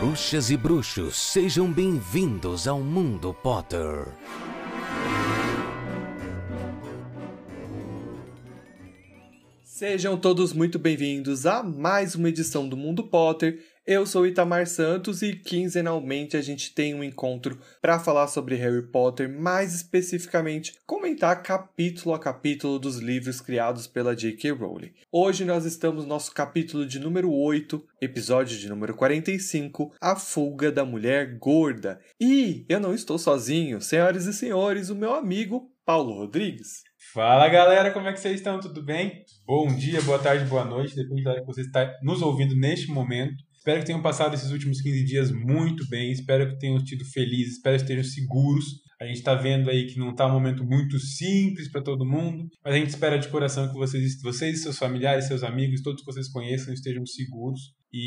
Bruxas e bruxos, sejam bem-vindos ao Mundo Potter. Sejam todos muito bem-vindos a mais uma edição do Mundo Potter. Eu sou Itamar Santos e quinzenalmente a gente tem um encontro para falar sobre Harry Potter, mais especificamente comentar capítulo a capítulo dos livros criados pela J.K. Rowling. Hoje nós estamos no nosso capítulo de número 8, episódio de número 45, A Fuga da Mulher Gorda. E eu não estou sozinho, senhoras e senhores, o meu amigo Paulo Rodrigues. Fala galera, como é que vocês estão? Tudo bem? Bom dia, boa tarde, boa noite, depende da hora que você está nos ouvindo neste momento. Espero que tenham passado esses últimos 15 dias muito bem, espero que tenham sido felizes, espero que estejam seguros. A gente está vendo aí que não está um momento muito simples para todo mundo, mas a gente espera de coração que vocês e seus familiares, seus amigos, todos que vocês conheçam estejam seguros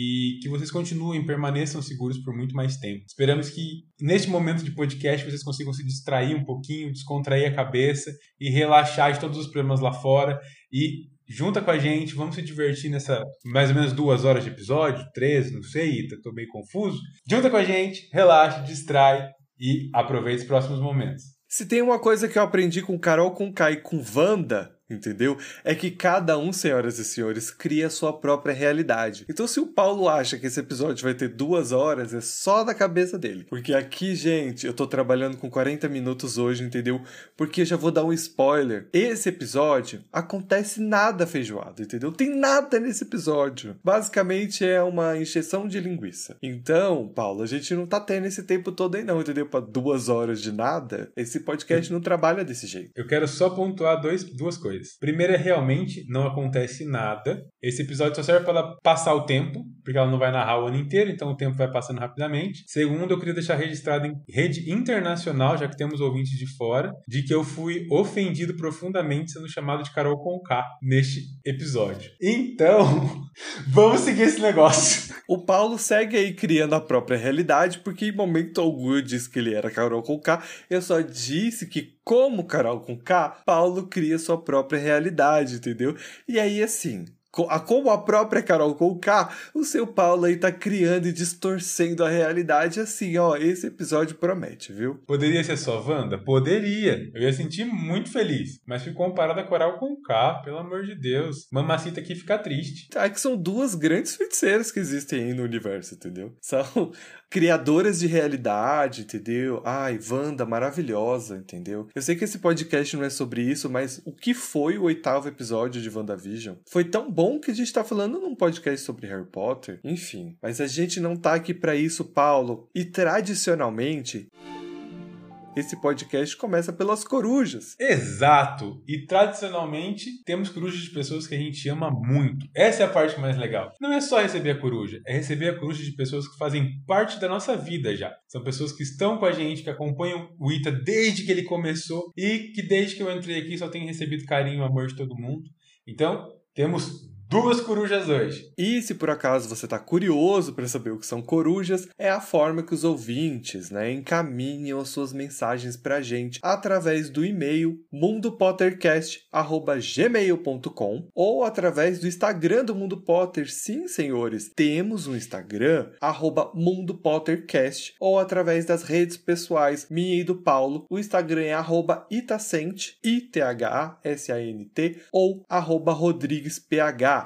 e que vocês continuem, permaneçam seguros por muito mais tempo. Esperamos que neste momento de podcast vocês consigam se distrair um pouquinho, descontrair a cabeça e relaxar de todos os problemas lá fora e junta com a gente, vamos se divertir nessa mais ou menos 2 horas de episódio, 13, não sei, tô meio confuso. Junta com a gente, relaxa, distrai e aproveite os próximos momentos. Se tem uma coisa que eu aprendi com Carol Conká e com Wanda, entendeu? É que cada um, senhoras e senhores, cria a sua própria realidade. Então se o Paulo acha que esse episódio vai ter 2 horas, é só da cabeça dele. Porque aqui, gente, eu tô trabalhando com 40 minutos hoje, entendeu? Porque já vou dar um spoiler. Esse episódio acontece nada feijoada, entendeu? Tem nada nesse episódio. Basicamente é uma encheção de linguiça. Então, Paulo, a gente não tá tendo esse tempo todo aí não, entendeu? Pra 2 horas de nada, esse podcast não trabalha desse jeito. Eu quero só pontuar duas coisas. Primeiro é realmente não acontece nada. Esse episódio só serve para ela passar o tempo, porque ela não vai narrar o ano inteiro, então o tempo vai passando rapidamente. Segundo, eu queria deixar registrado em rede internacional, já que temos ouvintes de fora, de que eu fui ofendido profundamente sendo chamado de Carol Conká neste episódio. Então, vamos seguir esse negócio. O Paulo segue aí criando a própria realidade, porque em momento algum eu disse que ele era Carol Conká. Eu só disse que, como Carol Conká, Paulo cria sua própria realidade, entendeu? E aí, assim, como a própria Carol Conká, o seu Paulo aí tá criando e distorcendo a realidade assim, ó, esse episódio promete, viu? Poderia ser só Wanda? Poderia. Eu ia sentir muito feliz. Mas fui comparado a Carol Conká, pelo amor de Deus. Mamacita aqui fica triste. É que são 2 grandes feiticeiras que existem aí no universo, entendeu? São criadoras de realidade, entendeu? Ai, Wanda, maravilhosa, entendeu? Eu sei que esse podcast não é sobre isso, mas o que foi o 8º episódio de WandaVision? Foi tão bom que a gente tá falando num podcast sobre Harry Potter. Enfim, mas a gente não tá aqui pra isso, Paulo. E tradicionalmente, esse podcast começa pelas corujas. Exato! E tradicionalmente temos corujas de pessoas que a gente ama muito. Essa é a parte mais legal. Não é só receber a coruja, é receber a coruja de pessoas que fazem parte da nossa vida já. São pessoas que estão com a gente, que acompanham o Ita desde que ele começou e que desde que eu entrei aqui só tem recebido carinho e amor de todo mundo. Então, temos 2 corujas hoje. E se por acaso você está curioso para saber o que são corujas, é a forma que os ouvintes, encaminham as suas mensagens para a gente através do e-mail mundopottercast@gmail.com ou através do Instagram do Mundo Potter. Sim, senhores, temos um Instagram, @mundopottercast, ou através das redes pessoais minha e do Paulo. O Instagram é @itacent, ITHASANT, ou @rodriguesph.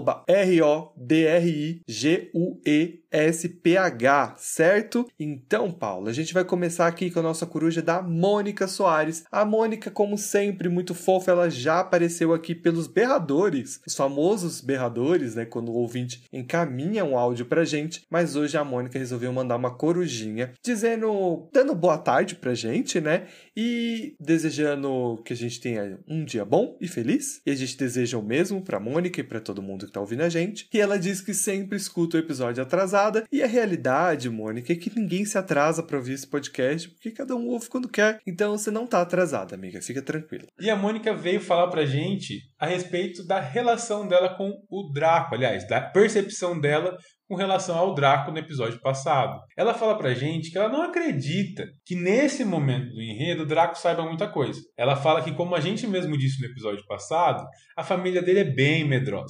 @RODRIGUESPH, certo? Então, Paulo, a gente vai começar aqui com a nossa coruja da Mônica Soares. A Mônica, como sempre, muito fofa, ela já apareceu aqui pelos berradores, os famosos berradores, quando o ouvinte encaminha um áudio pra gente, mas hoje a Mônica resolveu mandar uma corujinha, dando boa tarde pra gente, e desejando que a gente tenha um dia bom e feliz, e a gente deseja o mesmo pra Mônica e pra todo mundo que tá ouvindo a gente. E ela diz que sempre escuta o episódio atrasada. E a realidade, Mônica, é que ninguém se atrasa pra ouvir esse podcast, porque cada um ouve quando quer. Então você não tá atrasada, amiga. Fica tranquila. E a Mônica veio falar pra gente a respeito da relação dela com o Draco. Aliás, da percepção dela com relação ao Draco no episódio passado. Ela fala pra gente que ela não acredita que nesse momento do enredo o Draco saiba muita coisa. Ela fala que, como a gente mesmo disse no episódio passado, a família dele é bem medrosa.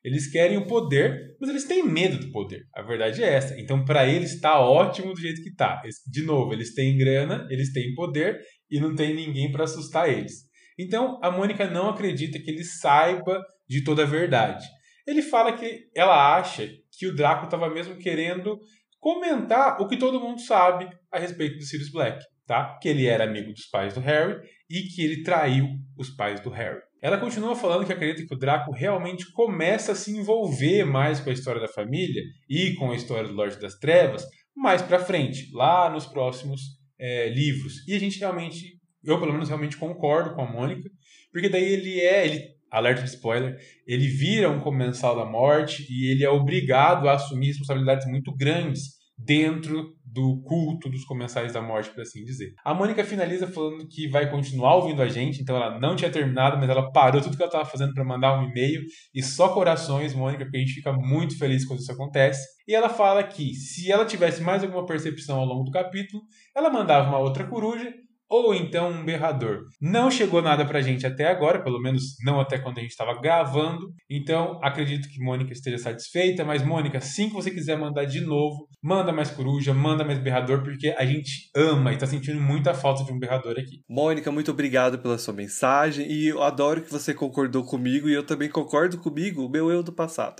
Eles querem o poder, mas eles têm medo do poder. A verdade é essa. Então, para eles, tá ótimo do jeito que tá. De novo, eles têm grana, eles têm poder e não tem ninguém para assustar eles. Então, a Mônica não acredita que ele saiba de toda a verdade. Ele fala que ela acha que o Draco estava mesmo querendo comentar o que todo mundo sabe a respeito do Sirius Black, tá? Que ele era amigo dos pais do Harry e que ele traiu os pais do Harry. Ela continua falando que acredita que o Draco realmente começa a se envolver mais com a história da família e com a história do Lorde das Trevas mais pra frente, lá nos próximos livros. E a gente realmente, eu pelo menos realmente concordo com a Mônica, porque daí ele alerta de spoiler, ele vira um comensal da morte e ele é obrigado a assumir responsabilidades muito grandes dentro do culto dos comensais da morte, por assim dizer. A Mônica finaliza falando que vai continuar ouvindo a gente, então ela não tinha terminado, mas ela parou tudo que ela estava fazendo para mandar um e-mail, e só corações, Mônica, porque a gente fica muito feliz quando isso acontece. E ela fala que se ela tivesse mais alguma percepção ao longo do capítulo, ela mandava uma outra coruja, ou então um berrador. Não chegou nada pra gente até agora, pelo menos não até quando a gente estava gravando, então acredito que Mônica esteja satisfeita, mas Mônica, assim que você quiser mandar de novo, manda mais coruja, manda mais berrador, porque a gente ama e tá sentindo muita falta de um berrador aqui. Mônica, muito obrigado pela sua mensagem, e eu adoro que você concordou comigo, e eu também concordo comigo, o meu eu do passado.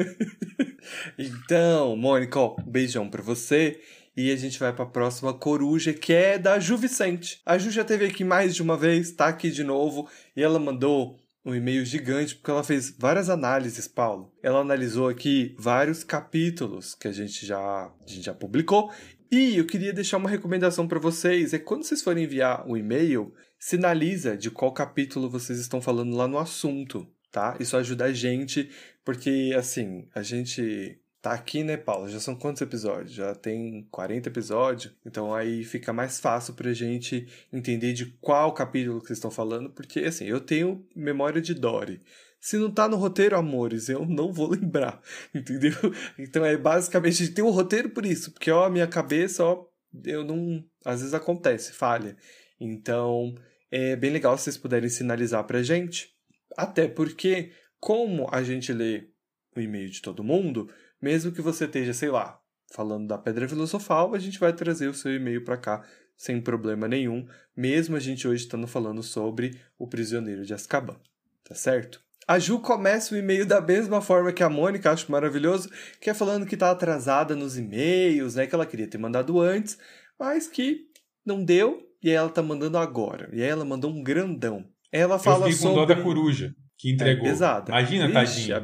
Então, Mônica, ó, um beijão pra você. E a gente vai para a próxima coruja, que é da Ju Vicente. A Ju já esteve aqui mais de uma vez, tá aqui de novo. E ela mandou um e-mail gigante, porque ela fez várias análises, Paulo. Ela analisou aqui vários capítulos que a gente já publicou. E eu queria deixar uma recomendação para vocês. É quando vocês forem enviar o e-mail, sinaliza de qual capítulo vocês estão falando lá no assunto, tá? Isso ajuda a gente, porque, assim, a gente... tá aqui, né, Paulo? Já são quantos episódios? Já tem 40 episódios. Então aí fica mais fácil pra gente entender de qual capítulo que vocês estão falando. Porque, assim, eu tenho memória de Dory. Se não tá no roteiro, amores, eu não vou lembrar. Entendeu? Então basicamente, a gente tem um roteiro por isso. Porque, ó, a minha cabeça, ó, eu não... às vezes acontece, falha. Então, é bem legal se vocês puderem sinalizar pra gente. Até porque, como a gente lê o e-mail de todo mundo... mesmo que você esteja, sei lá, falando da Pedra Filosofal, a gente vai trazer o seu e-mail para cá sem problema nenhum, mesmo a gente hoje estando falando sobre o Prisioneiro de Azkaban, tá certo? A Ju começa o e-mail da mesma forma que a Mônica, acho maravilhoso, que é falando que tá atrasada nos e-mails, né, que ela queria ter mandado antes, mas que não deu, e aí ela tá mandando agora. E aí ela mandou um grandão. Ela fala eu fiquei com dó da coruja que entregou. Pesada. Imagina, tadinha.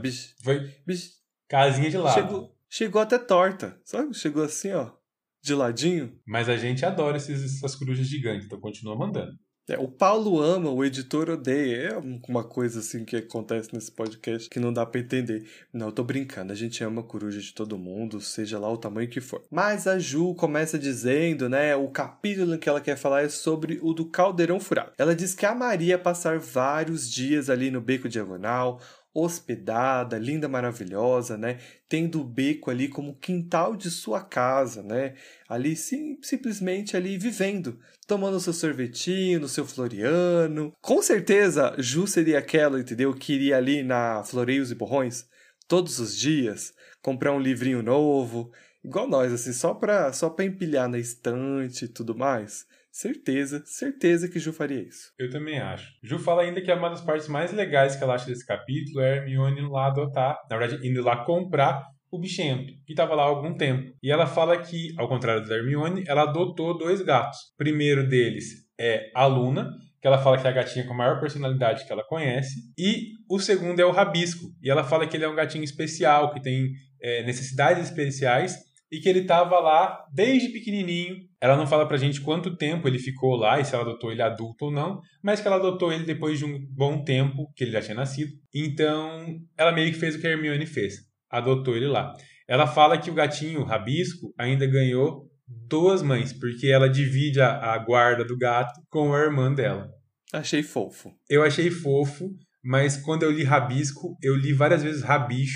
Casinha de lado. Chegou até torta, sabe? Chegou assim, ó, de ladinho. Mas a gente adora essas corujas gigantes, então continua mandando. O Paulo ama, o editor odeia. É uma coisa assim que acontece nesse podcast que não dá pra entender. Não, eu tô brincando, a gente ama a coruja de todo mundo, seja lá o tamanho que for. Mas a Ju começa dizendo, né, o capítulo que ela quer falar é sobre o do Caldeirão Furado. Ela diz que amaria passar vários dias ali no Beco Diagonal, hospedada, linda, maravilhosa, né? Tendo o beco ali como quintal de sua casa, né? Ali, simplesmente ali vivendo, tomando seu sorvetinho, no seu Floriano. Com certeza, Ju seria aquela, entendeu? Que iria ali na Floreios e Borrões todos os dias, comprar um livrinho novo, igual nós, assim, só pra empilhar na estante e tudo mais. Certeza que Ju faria isso. Eu também acho. Ju fala ainda que uma das partes mais legais que ela acha desse capítulo é a Hermione indo lá adotar, na verdade, indo lá comprar o bichento, que estava lá há algum tempo. E ela fala que, ao contrário da Hermione, ela adotou 2 gatos. O primeiro deles é a Luna, que ela fala que é a gatinha com a maior personalidade que ela conhece. E o segundo é o Rabisco. E ela fala que ele é um gatinho especial, que tem necessidades especiais, e que ele estava lá desde pequenininho. Ela não fala pra gente quanto tempo ele ficou lá e se ela adotou ele adulto ou não, mas que ela adotou ele depois de um bom tempo que ele já tinha nascido. Então, ela meio que fez o que a Hermione fez. Adotou ele lá. Ela fala que o gatinho, o Rabisco, ainda ganhou 2 mães, porque ela divide a guarda do gato com a irmã dela. Achei fofo. Eu achei fofo, mas quando eu li Rabisco, eu li várias vezes Rabicho,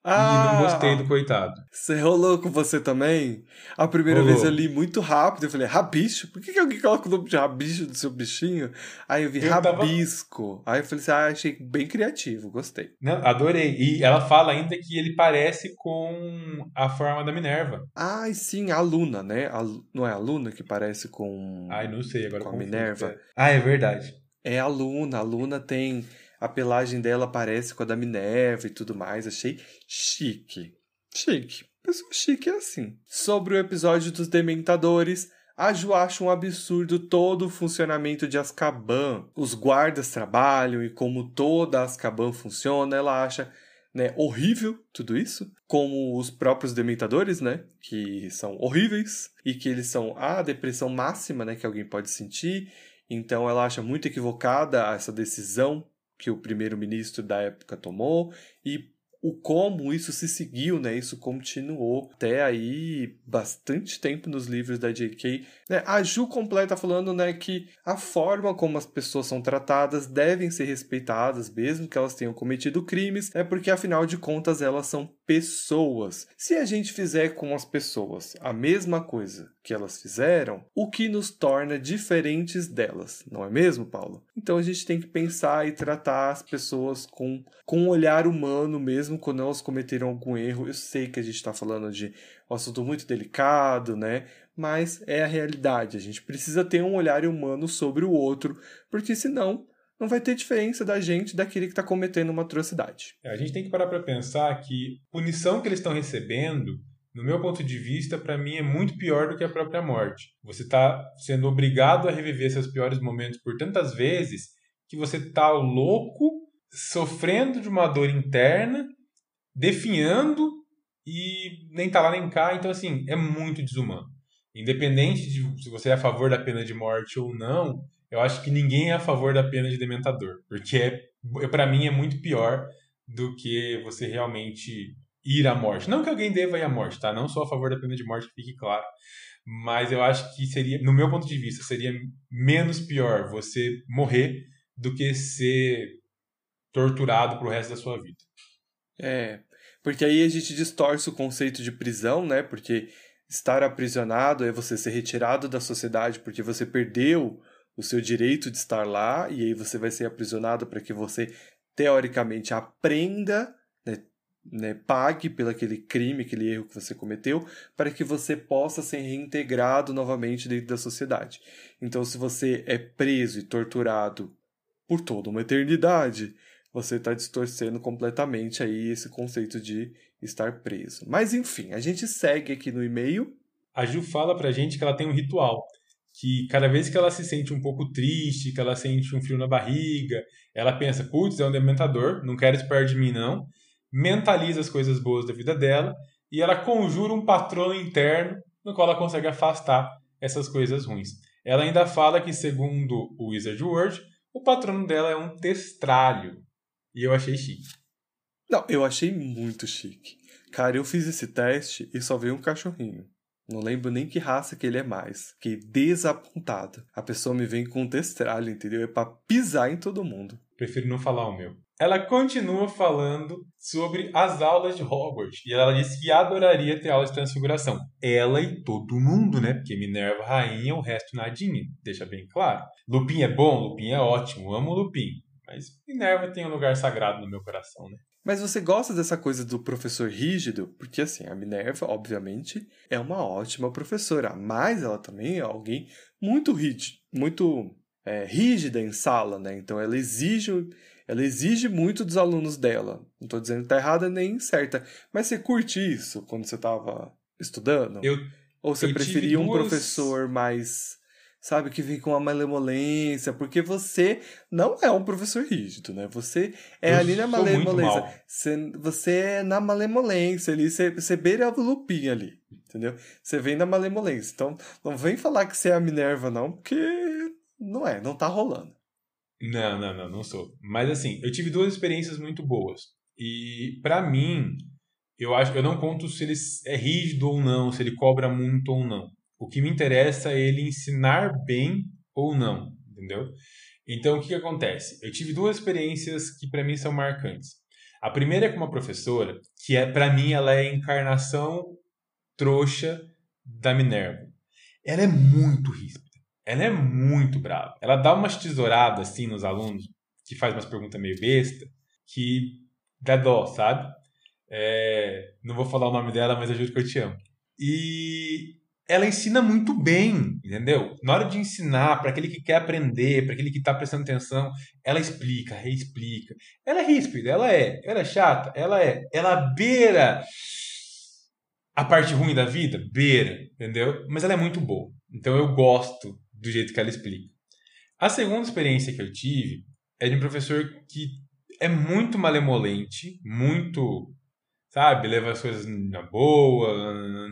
E não gostei Ah! do coitado. Você rolou com você também? A primeira vez eu Rolou. li muito rápido, eu falei, rabicho? Por que alguém coloca o nome de rabicho do seu bichinho? Aí eu vi Eu tava. rabisco. Aí eu falei assim, ah, achei bem criativo, gostei. Não, adorei. E ela fala ainda que ele parece com a forma da Minerva. Ah, e sim, a Luna, né? Não é a Luna que parece Ai, não sei, agora com a confundo. Minerva? Ah, é verdade. É a Luna tem... A pelagem dela parece com a da Minerva e tudo mais. Achei chique. Chique. Pessoa chique é assim. Sobre o episódio dos Dementadores, a Ju acha um absurdo todo o funcionamento de Azkaban. Os guardas trabalham e como toda Azkaban funciona, ela acha, né, horrível tudo isso. Como os próprios Dementadores, né, que são horríveis e que eles são a depressão máxima, né, que alguém pode sentir. Então ela acha muito equivocada essa decisão que o primeiro-ministro da época tomou e o como isso se seguiu, né? Isso continuou até aí bastante tempo nos livros da J.K. Né? A Ju completa falando, né, que a forma como as pessoas são tratadas devem ser respeitadas, mesmo que elas tenham cometido crimes, é porque afinal de contas elas são pessoas. Se a gente fizer com as pessoas a mesma coisa que elas fizeram, o que nos torna diferentes delas, não é mesmo, Paulo? Então a gente tem que pensar e tratar as pessoas com um olhar humano mesmo quando elas cometeram algum erro. Eu sei que a gente está falando de um assunto muito delicado, né? Mas é a realidade. A gente precisa ter um olhar humano sobre o outro, porque senão não vai ter diferença da gente daquele que está cometendo uma atrocidade. A gente tem que parar para pensar que a punição que eles estão recebendo, no meu ponto de vista, para mim é muito pior do que a própria morte. Você está sendo obrigado a reviver seus piores momentos por tantas vezes que você está louco, sofrendo de uma dor interna, definhando e nem tá lá nem cá. Então, assim, é muito desumano. Independente de se você é a favor da pena de morte ou não, eu acho que ninguém é a favor da pena de dementador. Porque, para mim, é muito pior do que você realmente ir à morte. Não que alguém deva ir à morte, tá? Não sou a favor da pena de morte, fique claro. Mas eu acho que seria, no meu ponto de vista, seria menos pior você morrer do que ser torturado pro resto da sua vida. É, porque aí a gente distorce o conceito de prisão, né? Porque estar aprisionado é você ser retirado da sociedade porque você perdeu o seu direito de estar lá, e aí você vai ser aprisionado para que você, teoricamente, aprenda, pague pelo aquele crime, aquele erro que você cometeu, para que você possa ser reintegrado novamente dentro da sociedade. Então, se você é preso e torturado por toda uma eternidade, você está distorcendo completamente aí esse conceito de estar preso. Mas enfim, a gente segue aqui no e-mail. A Ju fala pra gente que ela tem um ritual, que cada vez que ela se sente um pouco triste, que ela sente um frio na barriga, ela pensa, putz, é um dementador, não quero isso perto de mim não, mentaliza as coisas boas da vida dela e ela conjura um patrono interno no qual ela consegue afastar essas coisas ruins. Ela ainda fala que, segundo o Wizard World, o patrono dela é um testralho. E eu achei chique. Não, eu achei muito chique. Cara, eu fiz esse teste e só veio um cachorrinho. Não lembro nem que raça que ele é mais. Fiquei desapontado. A pessoa me vem com um testralho, entendeu? É pra pisar em todo mundo. Prefiro não falar o meu. Ela continua falando sobre as aulas de Hogwarts. E ela disse que adoraria ter aula de transfiguração. Ela e todo mundo, né? Porque Minerva rainha, o resto nadinha. Deixa bem claro. Lupin é bom? Lupin é ótimo. Amo Lupin. Mas Minerva tem um lugar sagrado no meu coração, né? Mas você gosta dessa coisa do professor rígido? Porque, assim, a Minerva, obviamente, é uma ótima professora. Mas ela também é alguém muito rígida em sala, né? Então ela exige muito dos alunos dela. Não tô dizendo que tá errada nem certa. Mas você curte isso quando você tava estudando? Ou você preferia um professor mais, sabe, que vem com uma malemolência? Porque você não é um professor rígido, né? Você é ali na malemolência. Você é na malemolência ali. Você beira o Lupin ali, entendeu? Você vem na malemolência. Então, não vem falar que você é a Minerva, não, porque não tá rolando. Não sou. Mas assim, eu tive duas experiências muito boas. E pra mim, eu não conto se ele é rígido ou não, se ele cobra muito ou não. O que me interessa é ele ensinar bem ou não, entendeu? Então, o que acontece? Eu tive duas experiências que pra mim são marcantes. A primeira é com uma professora que, pra mim, ela é a encarnação trouxa da Minerva. Ela é muito ríspida. Ela é muito brava. Ela dá umas tesouradas, assim, nos alunos, que faz umas perguntas meio besta, que dá dó, sabe? Não vou falar o nome dela, mas eu juro que eu te amo. E ela ensina muito bem, entendeu? Na hora de ensinar, para aquele que quer aprender, para aquele que tá prestando atenção, ela explica, reexplica. Ela é ríspida, ela é chata, ela é. Ela beira a parte ruim da vida, beira, entendeu? Mas ela é muito boa. Então eu gosto do jeito que ela explica. A segunda experiência que eu tive é de um professor que é muito malemolente, muito, sabe, leva as coisas na boa,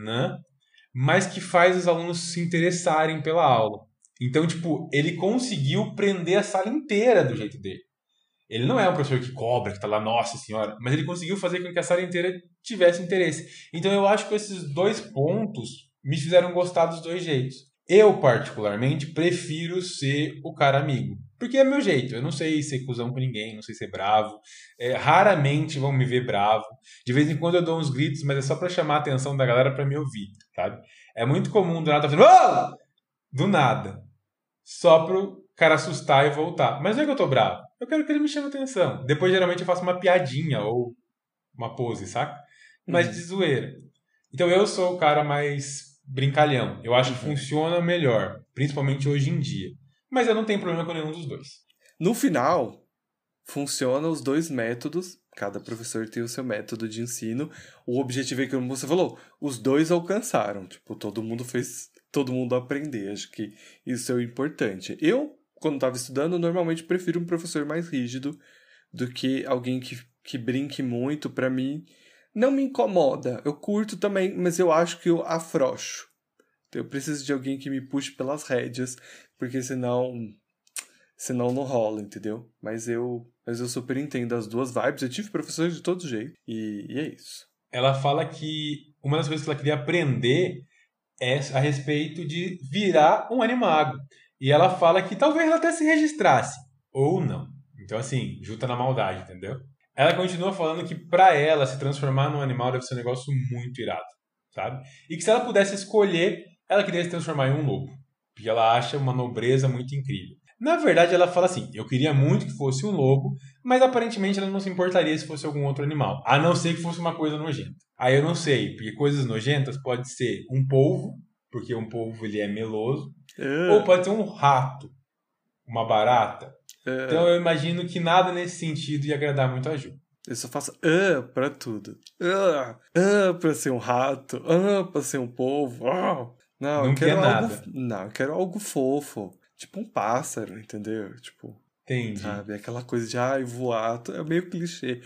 mas que faz os alunos se interessarem pela aula. Então, tipo, ele conseguiu prender a sala inteira do jeito dele. Ele não é um professor que cobra, que tá lá, nossa senhora, mas ele conseguiu fazer com que a sala inteira tivesse interesse. Então eu acho que esses dois pontos me fizeram gostar dos dois jeitos. Eu, particularmente, prefiro ser o cara amigo. Porque é meu jeito. Eu não sei ser cuzão com ninguém, não sei ser bravo. Raramente vão me ver bravo. De vez em quando eu dou uns gritos, mas é só pra chamar a atenção da galera pra me ouvir, sabe? É muito comum do nada fazer "Oh!" do nada. Só pro cara assustar e voltar. Mas não é que eu tô bravo. Eu quero que ele me chame a atenção. Depois, geralmente, eu faço uma piadinha ou uma pose, saca? Mas de zoeira. Então, eu sou o cara mais brincalhão. Eu acho que funciona melhor. Principalmente hoje em dia. Mas eu não tenho problema com nenhum dos dois. No final, funciona os dois métodos. Cada professor tem o seu método de ensino. O objetivo é que, como você falou, os dois alcançaram. Tipo, todo mundo aprender. Acho que isso é o importante. Eu, quando estava estudando, normalmente prefiro um professor mais rígido do que alguém que brinque muito. Pra mim, não me incomoda. Eu curto também, mas eu acho que eu afrouxo. Então, eu preciso de alguém que me puxe pelas rédeas, porque senão não rola, entendeu? Mas eu super entendo as duas vibes. Eu tive professores de todo jeito. E é isso. Ela fala que uma das coisas que ela queria aprender é a respeito de virar um animago. E ela fala que talvez ela até se registrasse. Ou não. Então, assim, junta na maldade, entendeu? Ela continua falando que pra ela se transformar num animal deve ser um negócio muito irado, sabe? E que se ela pudesse escolher, ela queria se transformar em um lobo. Porque ela acha uma nobreza muito incrível. Na verdade, ela fala assim, eu queria muito que fosse um lobo, mas aparentemente ela não se importaria se fosse algum outro animal. A não ser que fosse uma coisa nojenta. Aí eu não sei, porque coisas nojentas pode ser um polvo, porque um polvo ele é meloso, ou pode ser um rato, uma barata. Então eu imagino que nada nesse sentido ia agradar muito a Ju. Eu só faço pra tudo. Pra ser um rato. Pra ser um polvo. Não, eu quero algo... nada. Não, eu quero algo fofo. Tipo um pássaro, entendeu? Tipo... Entendi. Sabe? Aquela coisa de, voar. É meio clichê.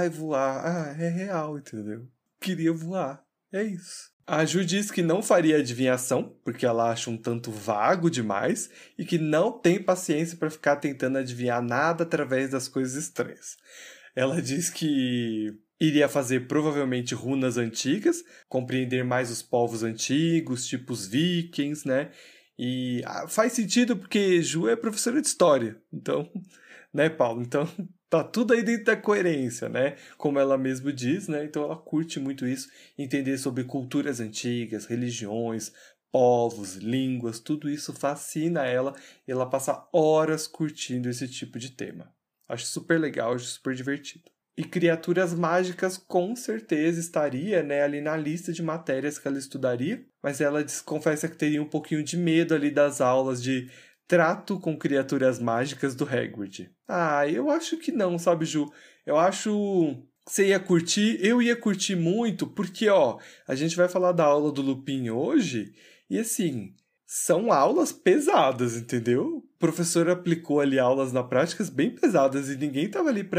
Voar. É real, entendeu? Queria voar. É isso. A Ju diz que não faria adivinhação, porque ela acha um tanto vago demais, e que não tem paciência para ficar tentando adivinhar nada através das coisas estranhas. Ela diz que iria fazer provavelmente runas antigas, compreender mais os povos antigos, tipo os vikings, né? E faz sentido porque Ju é professora de história, então, né, Paulo? Então, tá tudo aí dentro da coerência, né? Como ela mesma diz, né? Então ela curte muito isso, entender sobre culturas antigas, religiões, povos, línguas, tudo isso fascina ela e ela passa horas curtindo esse tipo de tema. Acho super legal, acho super divertido. E criaturas mágicas com certeza estaria, né, ali na lista de matérias que ela estudaria, mas ela confessa que teria um pouquinho de medo ali das aulas de trato com criaturas mágicas do Hagrid. Eu acho que não, sabe, Ju? Eu acho que você ia curtir, eu ia curtir muito, porque, a gente vai falar da aula do Lupin hoje, e assim, são aulas pesadas, entendeu? O professor aplicou ali aulas na prática bem pesadas, e ninguém tava ali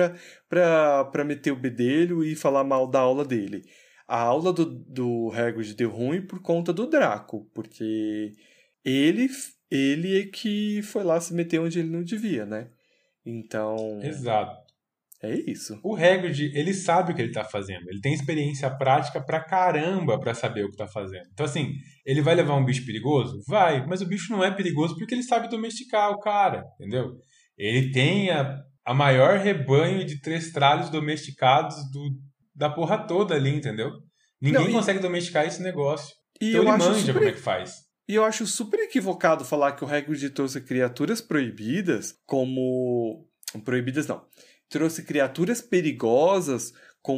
pra meter o bedelho e falar mal da aula dele. A aula do Hagrid deu ruim por conta do Draco, porque ele é que foi lá se meter onde ele não devia, né? Então... Exato. É isso. O Hagrid, ele sabe o que ele tá fazendo. Ele tem experiência prática pra caramba pra saber o que tá fazendo. Então, assim, ele vai levar um bicho perigoso? Vai. Mas o bicho não é perigoso porque ele sabe domesticar o cara, entendeu? Ele tem a a maior rebanho de trestralhos domesticados da porra toda ali, entendeu? Ninguém consegue domesticar esse negócio. Então ele manja como é que faz. E eu acho super equivocado falar que o Hagrid trouxe criaturas proibidas como... Proibidas não. Trouxe criaturas perigosas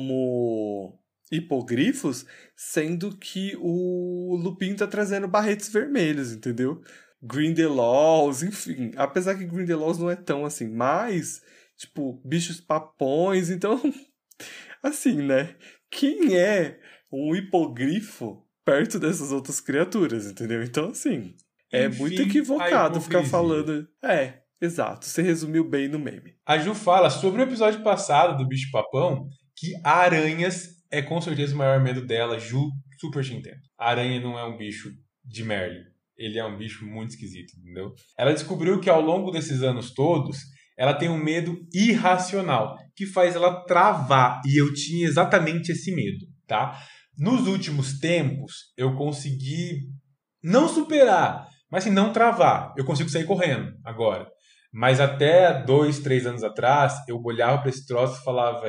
como hipogrifos, sendo que o Lupin tá trazendo barretes vermelhos, entendeu? Grindelwalds, enfim. Apesar que Grindelwalds não é tão assim, mas, tipo, bichos papões, então... assim, né? Quem é um hipogrifo perto dessas outras criaturas, entendeu? Então, assim, é muito equivocado ficar falando... exato. Você resumiu bem no meme. A Ju fala sobre o episódio passado do bicho papão que aranhas é com certeza o maior medo dela. Ju, super te entendo. A aranha não é um bicho de Merlin. Ele é um bicho muito esquisito, entendeu? Ela descobriu que ao longo desses anos todos, ela tem um medo irracional, que faz ela travar. E eu tinha exatamente esse medo, tá? Nos últimos tempos, eu consegui não superar, mas assim, não travar. Eu consigo sair correndo agora. Mas até 2, 3 anos atrás, eu olhava para esse troço e falava,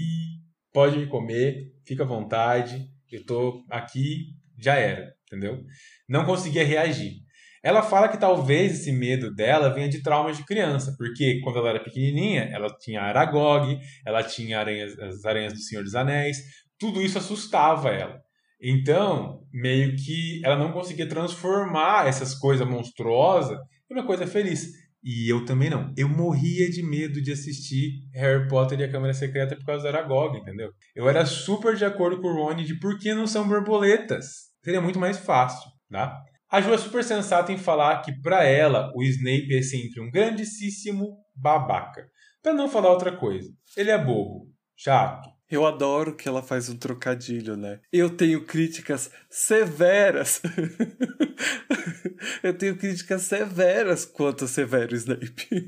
pode me comer, fica à vontade, eu tô aqui, já era, entendeu? Não conseguia reagir. Ela fala que talvez esse medo dela venha de traumas de criança, porque quando ela era pequenininha, ela tinha Aragog, ela tinha as aranhas do Senhor dos Anéis, tudo isso assustava ela. Então, meio que ela não conseguia transformar essas coisas monstruosas em uma coisa feliz. E eu também não. Eu morria de medo de assistir Harry Potter e a Câmara Secreta por causa do Aragog, entendeu? Eu era super de acordo com o Rony de por que não são borboletas. Seria muito mais fácil, tá? A Ju é super sensata em falar que pra ela o Snape é sempre um grandíssimo babaca. Pra não falar outra coisa. Ele é bobo, chato. Eu adoro que ela faz um trocadilho, né? Eu tenho críticas severas. Eu tenho críticas severas quanto a Severo Snape.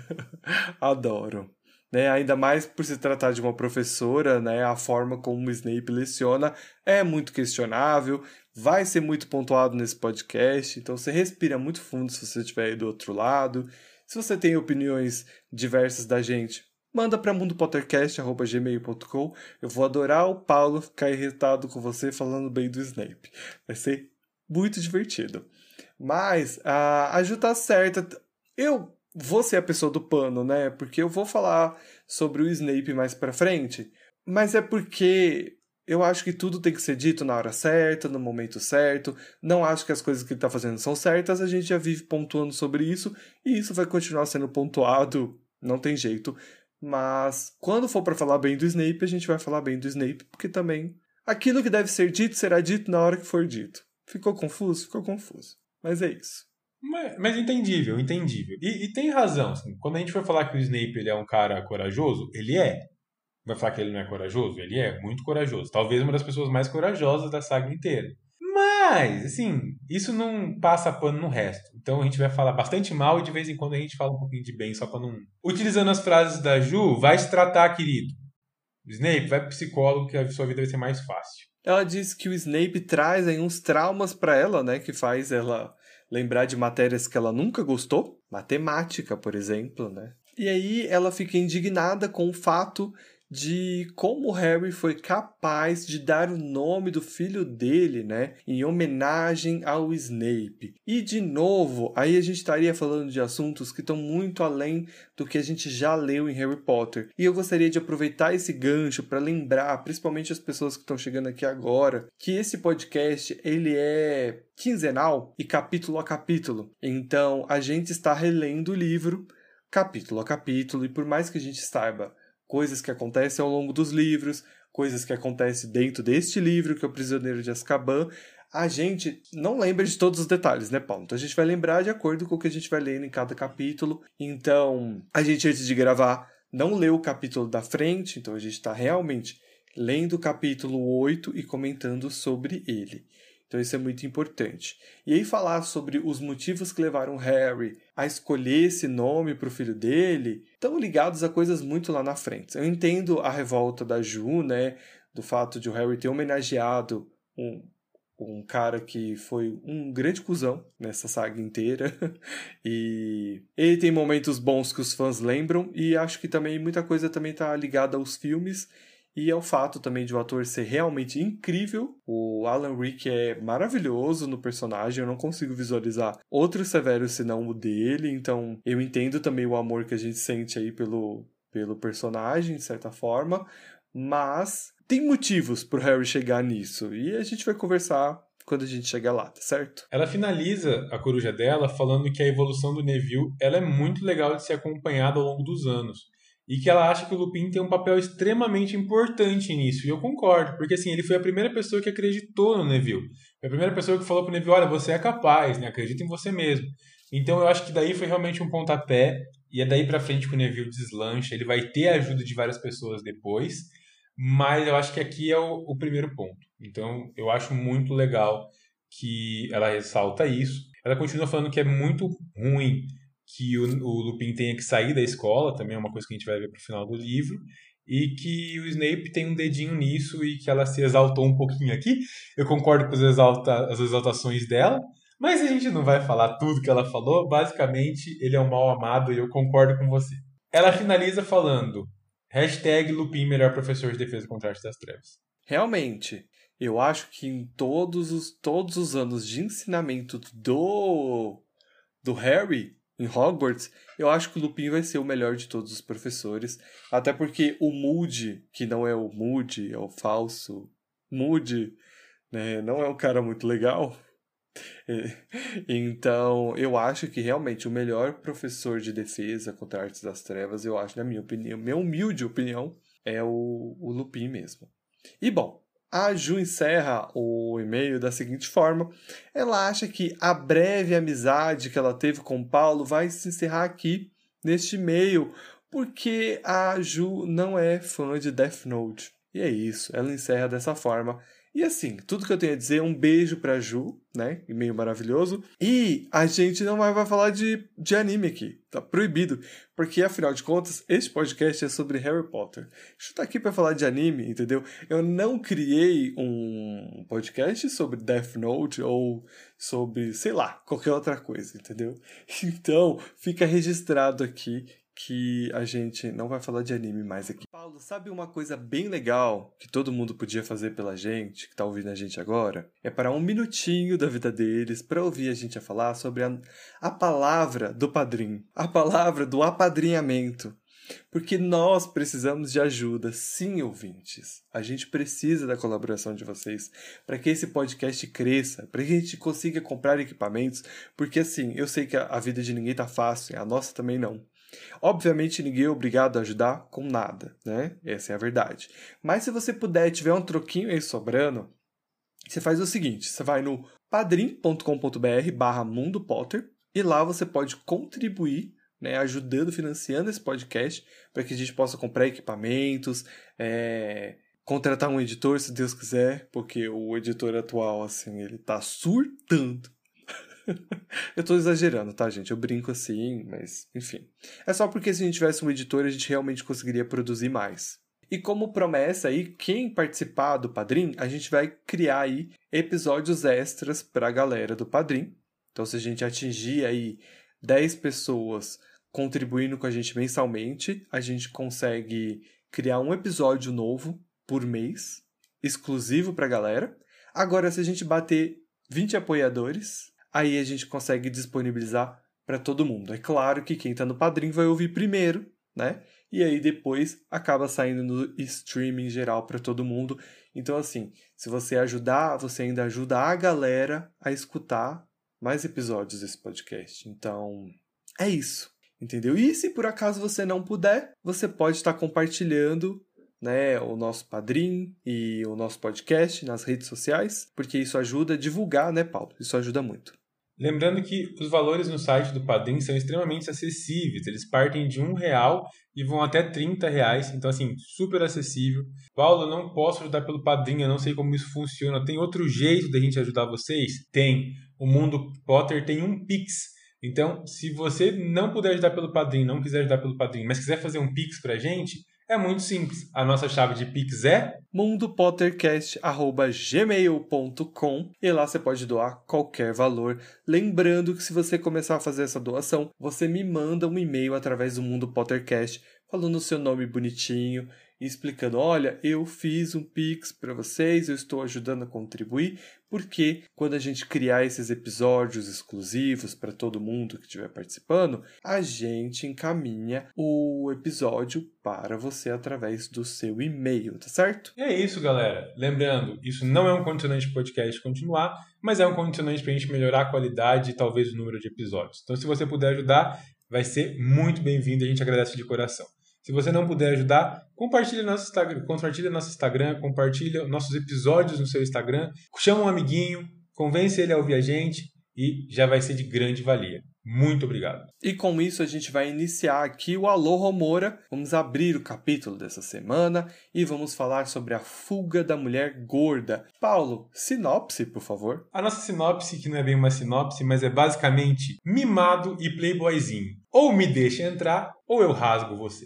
Adoro. Né? Ainda mais por se tratar de uma professora, né? A forma como o Snape leciona é muito questionável. Vai ser muito pontuado nesse podcast. Então você respira muito fundo se você estiver aí do outro lado. Se você tem opiniões diversas da gente, manda para mundopottercast@gmail.com. Eu vou adorar o Paulo ficar irritado com você falando bem do Snape. Vai ser muito divertido. Mas a Ju tá certa. Eu vou ser a pessoa do pano, né? Porque eu vou falar sobre o Snape mais pra frente. Mas é porque eu acho que tudo tem que ser dito na hora certa, no momento certo. Não acho que as coisas que ele tá fazendo são certas. A gente já vive pontuando sobre isso. E isso vai continuar sendo pontuado. Não tem jeito. Mas quando for para falar bem do Snape, a gente vai falar bem do Snape, porque também aquilo que deve ser dito será dito na hora que for dito. Ficou confuso? Ficou confuso. Mas é isso. Mas entendível, entendível. E tem razão. Assim, quando a gente for falar que o Snape ele é um cara corajoso, ele é. Vai falar que ele não é corajoso? Ele é muito corajoso. Talvez uma das pessoas mais corajosas da saga inteira. Mas, assim, isso não passa pano no resto. Então a gente vai falar bastante mal e de vez em quando a gente fala um pouquinho de bem, só pra não... Utilizando as frases da Ju, vai se tratar, querido. Snape, vai pro psicólogo que a sua vida vai ser mais fácil. Ela diz que o Snape traz aí uns traumas pra ela, né? Que faz ela lembrar de matérias que ela nunca gostou. Matemática, por exemplo, né? E aí ela fica indignada com o fato de como o Harry foi capaz de dar o nome do filho dele, né, em homenagem ao Snape. E, de novo, aí a gente estaria falando de assuntos que estão muito além do que a gente já leu em Harry Potter. E eu gostaria de aproveitar esse gancho para lembrar, principalmente as pessoas que estão chegando aqui agora, que esse podcast, ele é quinzenal e capítulo a capítulo. Então, a gente está relendo o livro capítulo a capítulo, e por mais que a gente saiba coisas que acontecem ao longo dos livros, coisas que acontecem dentro deste livro, que é o Prisioneiro de Azkaban, a gente não lembra de todos os detalhes, né, Paulo? Então a gente vai lembrar de acordo com o que a gente vai lendo em cada capítulo. Então, a gente, antes de gravar, não leu o capítulo da frente, então a gente está realmente lendo o capítulo 8 e comentando sobre ele. Então isso é muito importante. E aí falar sobre os motivos que levaram Harry a escolher esse nome para o filho dele estão ligados a coisas muito lá na frente. Eu entendo a revolta da Ju, né, do fato de o Harry ter homenageado um cara que foi um grande cuzão nessa saga inteira. E ele tem momentos bons que os fãs lembram, e acho que também muita coisa também tá ligada aos filmes e ao fato também de o ator ser realmente incrível. O Alan Rick é maravilhoso no personagem, eu não consigo visualizar outro Severo senão o dele, então eu entendo também o amor que a gente sente aí pelo personagem, de certa forma, mas tem motivos pro Harry chegar nisso, e a gente vai conversar quando a gente chegar lá, tá certo? Ela finaliza a coruja dela falando que a evolução do Neville ela é muito legal de ser acompanhada ao longo dos anos. E que ela acha que o Lupin tem um papel extremamente importante nisso. E eu concordo, porque assim, ele foi a primeira pessoa que acreditou no Neville. Foi a primeira pessoa que falou pro Neville, olha, você é capaz, né? Acredita em você mesmo. Então eu acho que daí foi realmente um pontapé, e é daí pra frente que o Neville deslancha. Ele vai ter a ajuda de várias pessoas depois, mas eu acho que aqui é o primeiro ponto. Então eu acho muito legal que ela ressalta isso. Ela continua falando que é muito ruim que o Lupin tenha que sair da escola, também é uma coisa que a gente vai ver pro final do livro, e que o Snape tem um dedinho nisso e que ela se exaltou um pouquinho aqui. Eu concordo com as exaltações dela, mas a gente não vai falar tudo que ela falou. Basicamente, ele é um mal amado e eu concordo com você. Ela finaliza falando, #Lupin melhor professor de defesa contra a arte das trevas. Realmente, eu acho que em todos os anos de ensinamento do Harry em Hogwarts, eu acho que o Lupin vai ser o melhor de todos os professores. Até porque o Moody, que não é o Moody, é o falso Moody, né, não é um cara muito legal. Então, eu acho que realmente o melhor professor de defesa contra artes das trevas, eu acho, na minha opinião, minha humilde opinião, é o Lupin mesmo. E bom, a Ju encerra o e-mail da seguinte forma: ela acha que a breve amizade que ela teve com o Paulo vai se encerrar aqui, neste e-mail, porque a Ju não é fã de Death Note. E é isso, ela encerra dessa forma. E assim, tudo que eu tenho a dizer é um beijo pra Ju, né? E-mail maravilhoso. E a gente não vai falar de anime aqui, tá proibido. Porque, afinal de contas, este podcast é sobre Harry Potter. A gente tá aqui pra falar de anime, entendeu? Eu não criei um podcast sobre Death Note ou sobre, sei lá, qualquer outra coisa, entendeu? Então, fica registrado aqui que a gente não vai falar de anime mais aqui. Paulo, sabe uma coisa bem legal que todo mundo podia fazer pela gente, que tá ouvindo a gente agora? É parar um minutinho da vida deles para ouvir a gente a falar sobre a palavra do padrinho, a palavra do apadrinhamento. Porque nós precisamos de ajuda, sim, ouvintes. A gente precisa da colaboração de vocês para que esse podcast cresça, para que a gente consiga comprar equipamentos, porque assim, eu sei que a vida de ninguém tá fácil, a nossa também não. Obviamente ninguém é obrigado a ajudar com nada, né? Essa é a verdade. Mas se você puder e tiver um troquinho aí sobrando, você faz o seguinte, você vai no padrim.com.br/Mundo Potter e lá você pode contribuir, né, ajudando, financiando esse podcast para que a gente possa comprar equipamentos, contratar um editor, se Deus quiser, porque o editor atual, assim, ele tá surtando. Eu tô exagerando, tá, gente? Eu brinco assim, mas enfim. É só porque se a gente tivesse um editor, a gente realmente conseguiria produzir mais. E como promessa aí, quem participar do Padrim, a gente vai criar aí episódios extras pra galera do Padrim. Então, se a gente atingir aí 10 pessoas contribuindo com a gente mensalmente, a gente consegue criar um episódio novo por mês, exclusivo pra galera. Agora, se a gente bater 20 apoiadores, aí a gente consegue disponibilizar para todo mundo. É claro que quem tá no Padrim vai ouvir primeiro, né? E aí depois acaba saindo no streaming geral para todo mundo. Então assim, se você ajudar, você ainda ajuda a galera a escutar mais episódios desse podcast. Então, é isso, entendeu? E se por acaso você não puder, você pode estar compartilhando, né, o nosso Padrim e o nosso podcast nas redes sociais, porque isso ajuda a divulgar, né, Paulo? Isso ajuda muito. Lembrando que os valores no site do Padrim são extremamente acessíveis. Eles partem de R$1 e vão até R$30. Então, assim, super acessível. Paulo, eu não posso ajudar pelo Padrim, eu não sei como isso funciona. Tem outro jeito da gente ajudar vocês? Tem. O Mundo Potter tem um Pix. Então, se você não puder ajudar pelo Padrim, não quiser ajudar pelo Padrim, mas quiser fazer um Pix pra gente, É muito simples. A nossa chave de Pix é mundopottercast@gmail.com e lá você pode doar qualquer valor. Lembrando que se você começar a fazer essa doação, você me manda um e-mail através do Mundo Pottercast falando o seu nome bonitinho e explicando, olha, eu fiz um Pix para vocês, eu estou ajudando a contribuir, porque quando a gente criar esses episódios exclusivos para todo mundo que estiver participando, a gente encaminha o episódio para você através do seu e-mail, tá certo? E é isso, galera. Lembrando, isso não é um condicionante para o podcast continuar, mas é um condicionante para a gente melhorar a qualidade e talvez o número de episódios. Então, se você puder ajudar, vai ser muito bem-vindo e a gente agradece de coração. Se você não puder ajudar, compartilhe nosso Instagram, compartilhe nossos episódios no seu Instagram, chama um amiguinho, convence ele a ouvir a gente e já vai ser de grande valia. Muito obrigado. E com isso a gente vai iniciar aqui o Alô Romora. Vamos abrir o capítulo dessa semana e vamos falar sobre a fuga da mulher gorda. Paulo, sinopse, por favor. A nossa sinopse, que não é bem uma sinopse, mas é basicamente mimado e playboyzinho. Ou me deixa entrar, ou eu rasgo você.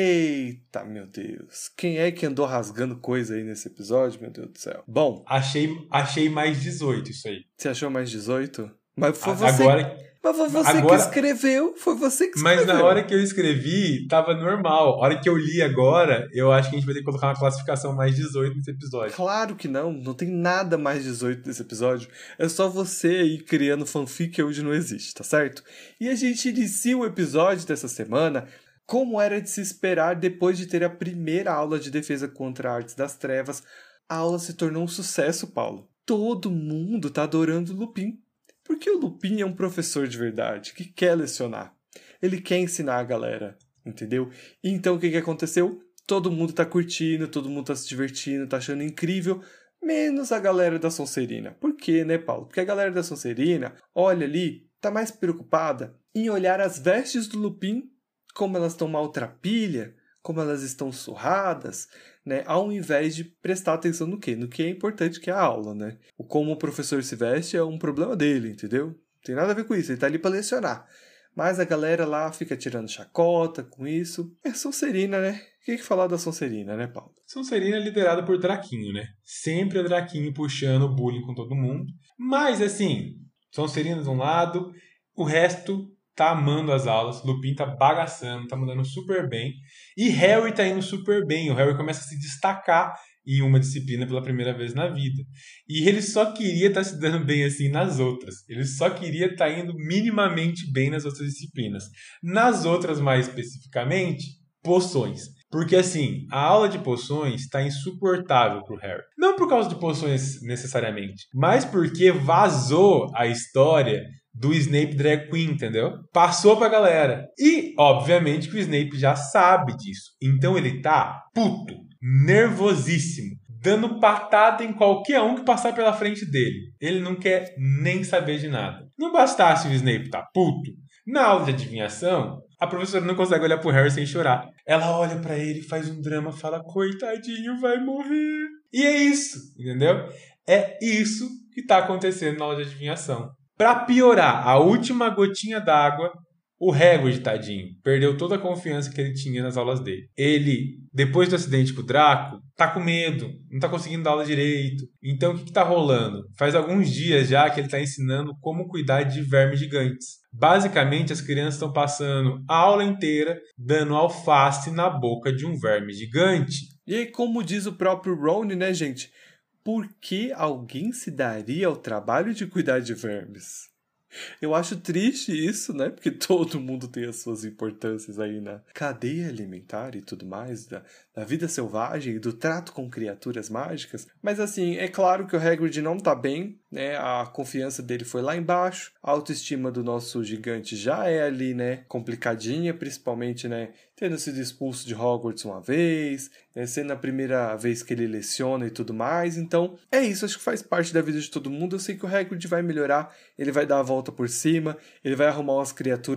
Eita, meu Deus. Quem é que andou rasgando coisa aí nesse episódio, meu Deus do céu? Bom, Achei mais 18 isso aí. você achou mais 18? Mas foi você... Mas foi você que escreveu, foi você que escreveu. Mas na hora que eu escrevi, tava normal. A hora que eu li agora, eu acho que a gente vai ter que colocar uma classificação mais 18 nesse episódio. Claro que não tem nada mais 18 nesse episódio. É só você aí criando fanfic que hoje não existe, tá certo? E a gente inicia o episódio dessa semana como era de se esperar depois de ter a primeira aula de defesa contra artes das trevas. A aula se tornou um sucesso, Paulo. Todo mundo tá adorando o Lupin. Porque o Lupin é um professor de verdade, que quer lecionar. Ele quer ensinar a galera, entendeu? Então o que aconteceu? Todo mundo tá curtindo, todo mundo tá se divertindo, tá achando incrível, menos a galera da Sonserina. Por quê, né, Paulo? Porque a galera da Sonserina, olha ali, tá mais preocupada em olhar as vestes do Lupin, como elas estão maltrapilha, como elas estão surradas, né, ao invés de prestar atenção no quê? No que é importante, que é a aula, né? O como o professor se veste é um problema dele, entendeu? Não tem nada a ver com isso, ele tá ali para lecionar. Mas a galera lá fica tirando chacota com isso. É Sonserina, né? O que falar da Sonserina, né, Paulo? Sonserina é liderada por Draquinho, né? Sempre é Draquinho puxando o bullying com todo mundo. Mas, assim, Sonserina de um lado, o resto tá amando as aulas, Lupin tá bagaçando, tá mandando super bem, e Harry tá indo super bem, o Harry começa a se destacar em uma disciplina pela primeira vez na vida. E ele só queria estar se dando bem assim nas outras, ele só queria estar indo minimamente bem nas outras disciplinas. Nas outras, mais especificamente, poções. Porque assim, a aula de poções está insuportável pro Harry. Não por causa de poções necessariamente, mas porque vazou a história do Snape Drag Queen, entendeu? Passou pra galera. E, obviamente, que o Snape já sabe disso. Então ele tá puto, nervosíssimo, dando patada em qualquer um que passar pela frente dele. Ele não quer nem saber de nada. Não bastasse o Snape tá puto, na aula de adivinhação, a professora não consegue olhar pro Harry sem chorar. Ela olha pra ele, faz um drama, fala, coitadinho, vai morrer. E é isso, entendeu? É isso que tá acontecendo na aula de adivinhação. Pra piorar, a última gotinha d'água, o Hagrid, tadinho, perdeu toda a confiança que ele tinha nas aulas dele. Ele, depois do acidente com o Draco, tá com medo, não tá conseguindo dar aula direito. Então o que tá rolando? Faz alguns dias já que ele tá ensinando como cuidar de vermes gigantes. Basicamente, as crianças estão passando a aula inteira dando alface na boca de um verme gigante. E aí, como diz o próprio Ron, né, gente? Por que alguém se daria ao trabalho de cuidar de vermes? Eu acho triste isso, né? Porque todo mundo tem as suas importâncias aí na cadeia alimentar e tudo mais, da vida selvagem e do trato com criaturas mágicas. Mas assim, é claro que o Hagrid não tá bem, né? A confiança dele foi lá embaixo, a autoestima do nosso gigante já é ali, né? Complicadinha, principalmente, né? Tendo sido expulso de Hogwarts uma vez, né? Sendo a primeira vez que ele leciona e tudo mais. Então, é isso, acho que faz parte da vida de todo mundo. Eu sei que o Hagrid vai melhorar, ele vai dar a volta por cima, ele vai arrumar umas criaturas, ó,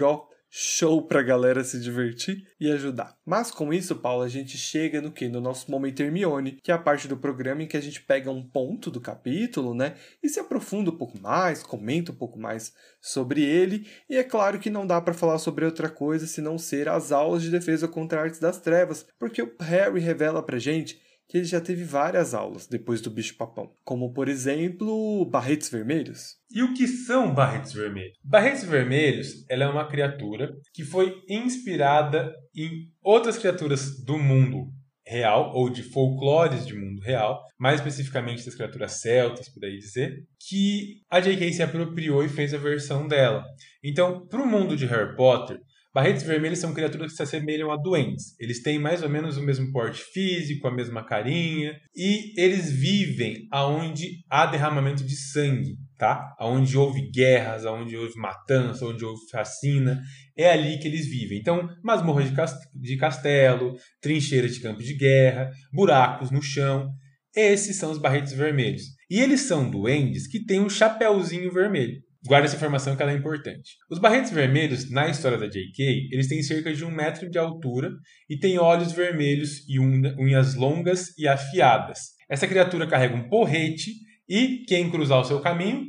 show pra galera se divertir e ajudar. Mas com isso, Paulo, a gente chega no quê? No nosso momento Hermione, que é a parte do programa em que a gente pega um ponto do capítulo, né? E se aprofunda um pouco mais, comenta um pouco mais sobre ele. E é claro que não dá pra falar sobre outra coisa senão ser as aulas de defesa contra artes das trevas, porque o Harry revela pra gente que ele já teve várias aulas depois do bicho-papão, como, por exemplo, barretes vermelhos. E o que são barretes vermelhos? Barretes vermelhos, ela é uma criatura que foi inspirada em outras criaturas do mundo real, ou de folclores de mundo real, mais especificamente das criaturas celtas, por aí dizer, que a J.K. se apropriou e fez a versão dela. Então, para o mundo de Harry Potter, barretes vermelhos são criaturas que se assemelham a duendes. Eles têm mais ou menos o mesmo porte físico, a mesma carinha, e eles vivem aonde há derramamento de sangue, tá? Aonde houve guerras, aonde houve matança, onde houve chacina, é ali que eles vivem. Então, masmorras de castelo, trincheiras de campo de guerra, buracos no chão, esses são os barretes vermelhos. E eles são duendes que têm um chapéuzinho vermelho. Guarda essa informação que ela é importante. Os barretes vermelhos, na história da J.K., eles têm cerca de 1 metro de altura e têm olhos vermelhos e unhas longas e afiadas. Essa criatura carrega um porrete e quem cruzar o seu caminho,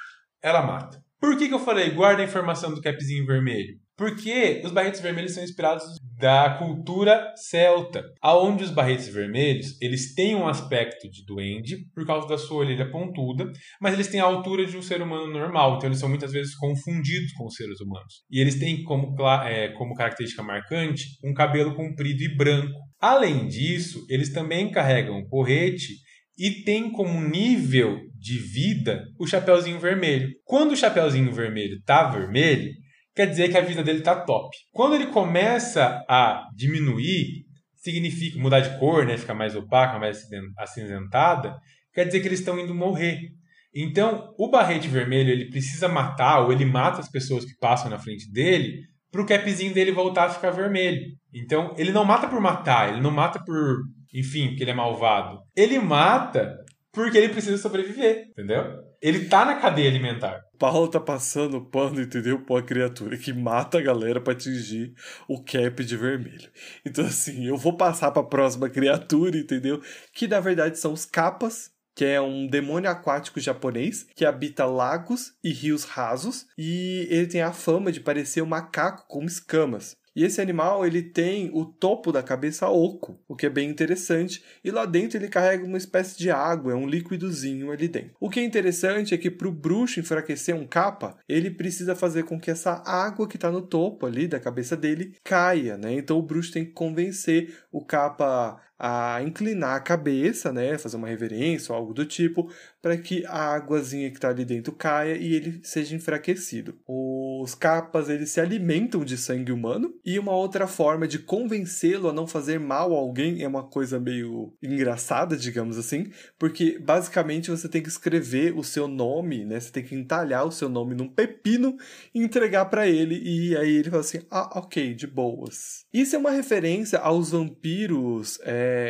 ela mata. Por que eu falei guarda a informação do capzinho vermelho? Porque os barretes vermelhos são inspirados da cultura celta, aonde os barretes vermelhos eles têm um aspecto de duende por causa da sua orelha pontuda, mas eles têm a altura de um ser humano normal, então eles são muitas vezes confundidos com os seres humanos. E eles têm como característica marcante um cabelo comprido e branco. Além disso, eles também carregam um porrete e tem como nível de vida o Chapeuzinho Vermelho. Quando o Chapeuzinho Vermelho tá vermelho, quer dizer que a vida dele tá top. Quando ele começa a diminuir, significa mudar de cor, né, ficar mais opaca, mais acinzentada, quer dizer que eles estão indo morrer. Então, o Barrete Vermelho ele precisa matar, ou ele mata as pessoas que passam na frente dele, para o capzinho dele voltar a ficar vermelho. Então, ele não mata por matar, ele não mata por, enfim, porque ele é malvado. Ele mata porque ele precisa sobreviver, entendeu? Ele tá na cadeia alimentar. O Paulo tá passando pano, entendeu? Pra uma criatura que mata a galera pra atingir o cap de vermelho. Então, assim, eu vou passar pra próxima criatura, entendeu? Que, na verdade, são os Kappas, que é um demônio aquático japonês que habita lagos e rios rasos. E ele tem a fama de parecer um macaco com escamas. E esse animal, ele tem o topo da cabeça oco, o que é bem interessante. E lá dentro ele carrega uma espécie de água, é um líquidozinho ali dentro. O que é interessante é que para o bruxo enfraquecer um Kappa, ele precisa fazer com que essa água que está no topo ali da cabeça dele caia, né? Então o bruxo tem que convencer o Kappa a inclinar a cabeça, né, fazer uma reverência ou algo do tipo, para que a águazinha que está ali dentro caia e ele seja enfraquecido. Os Kappas, eles se alimentam de sangue humano, e uma outra forma de convencê-lo a não fazer mal a alguém é uma coisa meio engraçada, digamos assim, porque basicamente você tem que escrever o seu nome, né, você tem que entalhar o seu nome num pepino e entregar para ele, e aí ele fala assim, ok, de boas. Isso é uma referência aos vampiros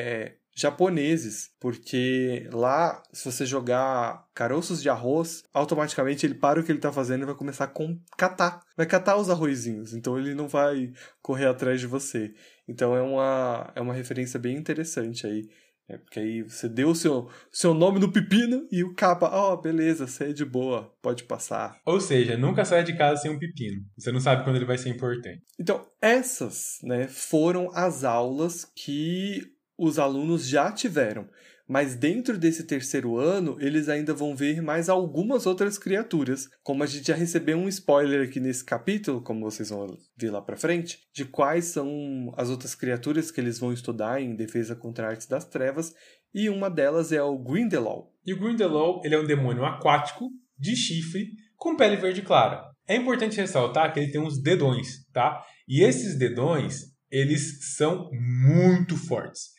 japoneses, porque lá, se você jogar caroços de arroz, automaticamente ele para o que ele tá fazendo e vai começar a catar. Vai catar os arrozinhos, então ele não vai correr atrás de você. Então é uma referência bem interessante aí. Porque aí você deu o seu nome no pepino e o Kappa, beleza, você é de boa, pode passar. Ou seja, nunca saia de casa sem um pepino. Você não sabe quando ele vai ser importante. Então, essas, né, foram as aulas que os alunos já tiveram. Mas dentro desse terceiro ano, eles ainda vão ver mais algumas outras criaturas. Como a gente já recebeu um spoiler aqui nesse capítulo, como vocês vão ver lá pra frente, de quais são as outras criaturas que eles vão estudar em Defesa contra Artes das Trevas. E uma delas é o Grindelwald. E o Grindelwald, ele é um demônio aquático, de chifre, com pele verde clara. É importante ressaltar que ele tem uns dedões, tá? E esses dedões, eles são muito fortes.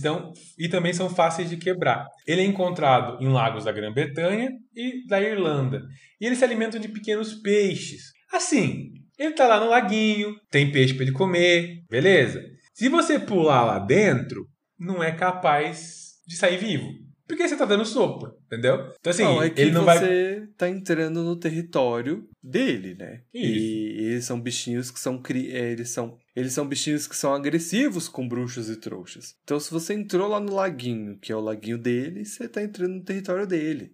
E também são fáceis de quebrar. Ele é encontrado em lagos da Grã-Bretanha e da Irlanda. E eles se alimentam de pequenos peixes. Assim, ele tá lá no laguinho, tem peixe para ele comer, beleza? Se você pular lá dentro, não é capaz de sair vivo. Porque você tá dando sopa, entendeu? Então assim, Não, é que ele não vai... você tá entrando no território dele, né? Isso. E eles são bichinhos que são eles são bichinhos que são agressivos com bruxos e trouxas. Então, se você entrou lá no laguinho, que é o laguinho dele, você tá entrando no território dele.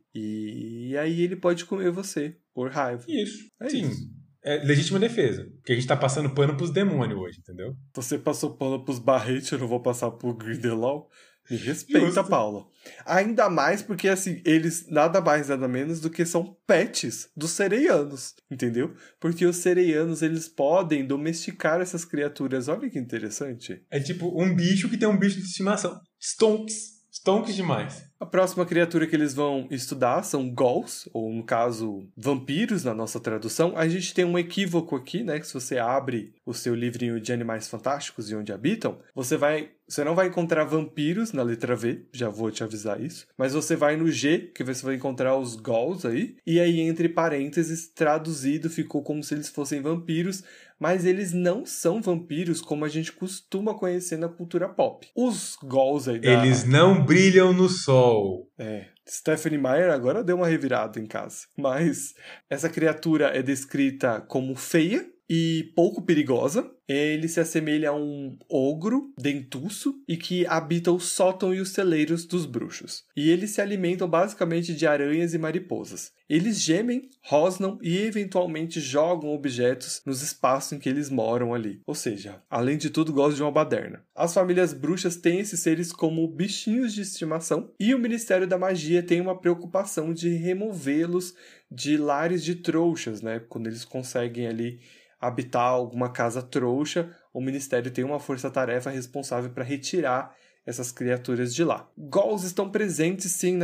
E aí ele pode comer você, por raiva. Isso. É Sim. isso. É legítima defesa. Porque a gente tá passando pano pros demônios hoje, entendeu? Você passou pano pros barretes, eu não vou passar pro Grindelwald. Me respeita, Justo. Paula. Ainda mais porque, assim, eles nada mais, nada menos do que são pets dos sereianos, entendeu? Porque os sereianos, eles podem domesticar essas criaturas. Olha que interessante. É tipo um bicho que tem um bicho de estimação. Stonks. Stonks demais. A próxima criatura que eles vão estudar são ghouls, ou no caso, vampiros na nossa tradução. A gente tem um equívoco aqui, né? Que se você abre o seu livrinho de Animais Fantásticos e Onde Habitam, você não vai encontrar vampiros na letra V, já vou te avisar isso. Mas você vai no G, que você vai encontrar os ghouls aí. E aí, entre parênteses, traduzido, ficou como se eles fossem vampiros. Mas eles não são vampiros como a gente costuma conhecer na cultura pop. Os ghouls aí Eles não brilham no sol. Stephenie Meyer agora deu uma revirada em casa. Mas essa criatura é descrita como feia e pouco perigosa. Ele se assemelha a um ogro dentuço e que habita o sótão e os celeiros dos bruxos. E eles se alimentam basicamente de aranhas e mariposas. Eles gemem, rosnam e eventualmente jogam objetos nos espaços em que eles moram ali. Ou seja, além de tudo, gostam de uma baderna. As famílias bruxas têm esses seres como bichinhos de estimação e o Ministério da Magia tem uma preocupação de removê-los de lares de trouxas, né? Quando eles conseguem ali habitar alguma casa trouxa, o Ministério tem uma força-tarefa responsável para retirar essas criaturas de lá. Ghouls estão presentes sim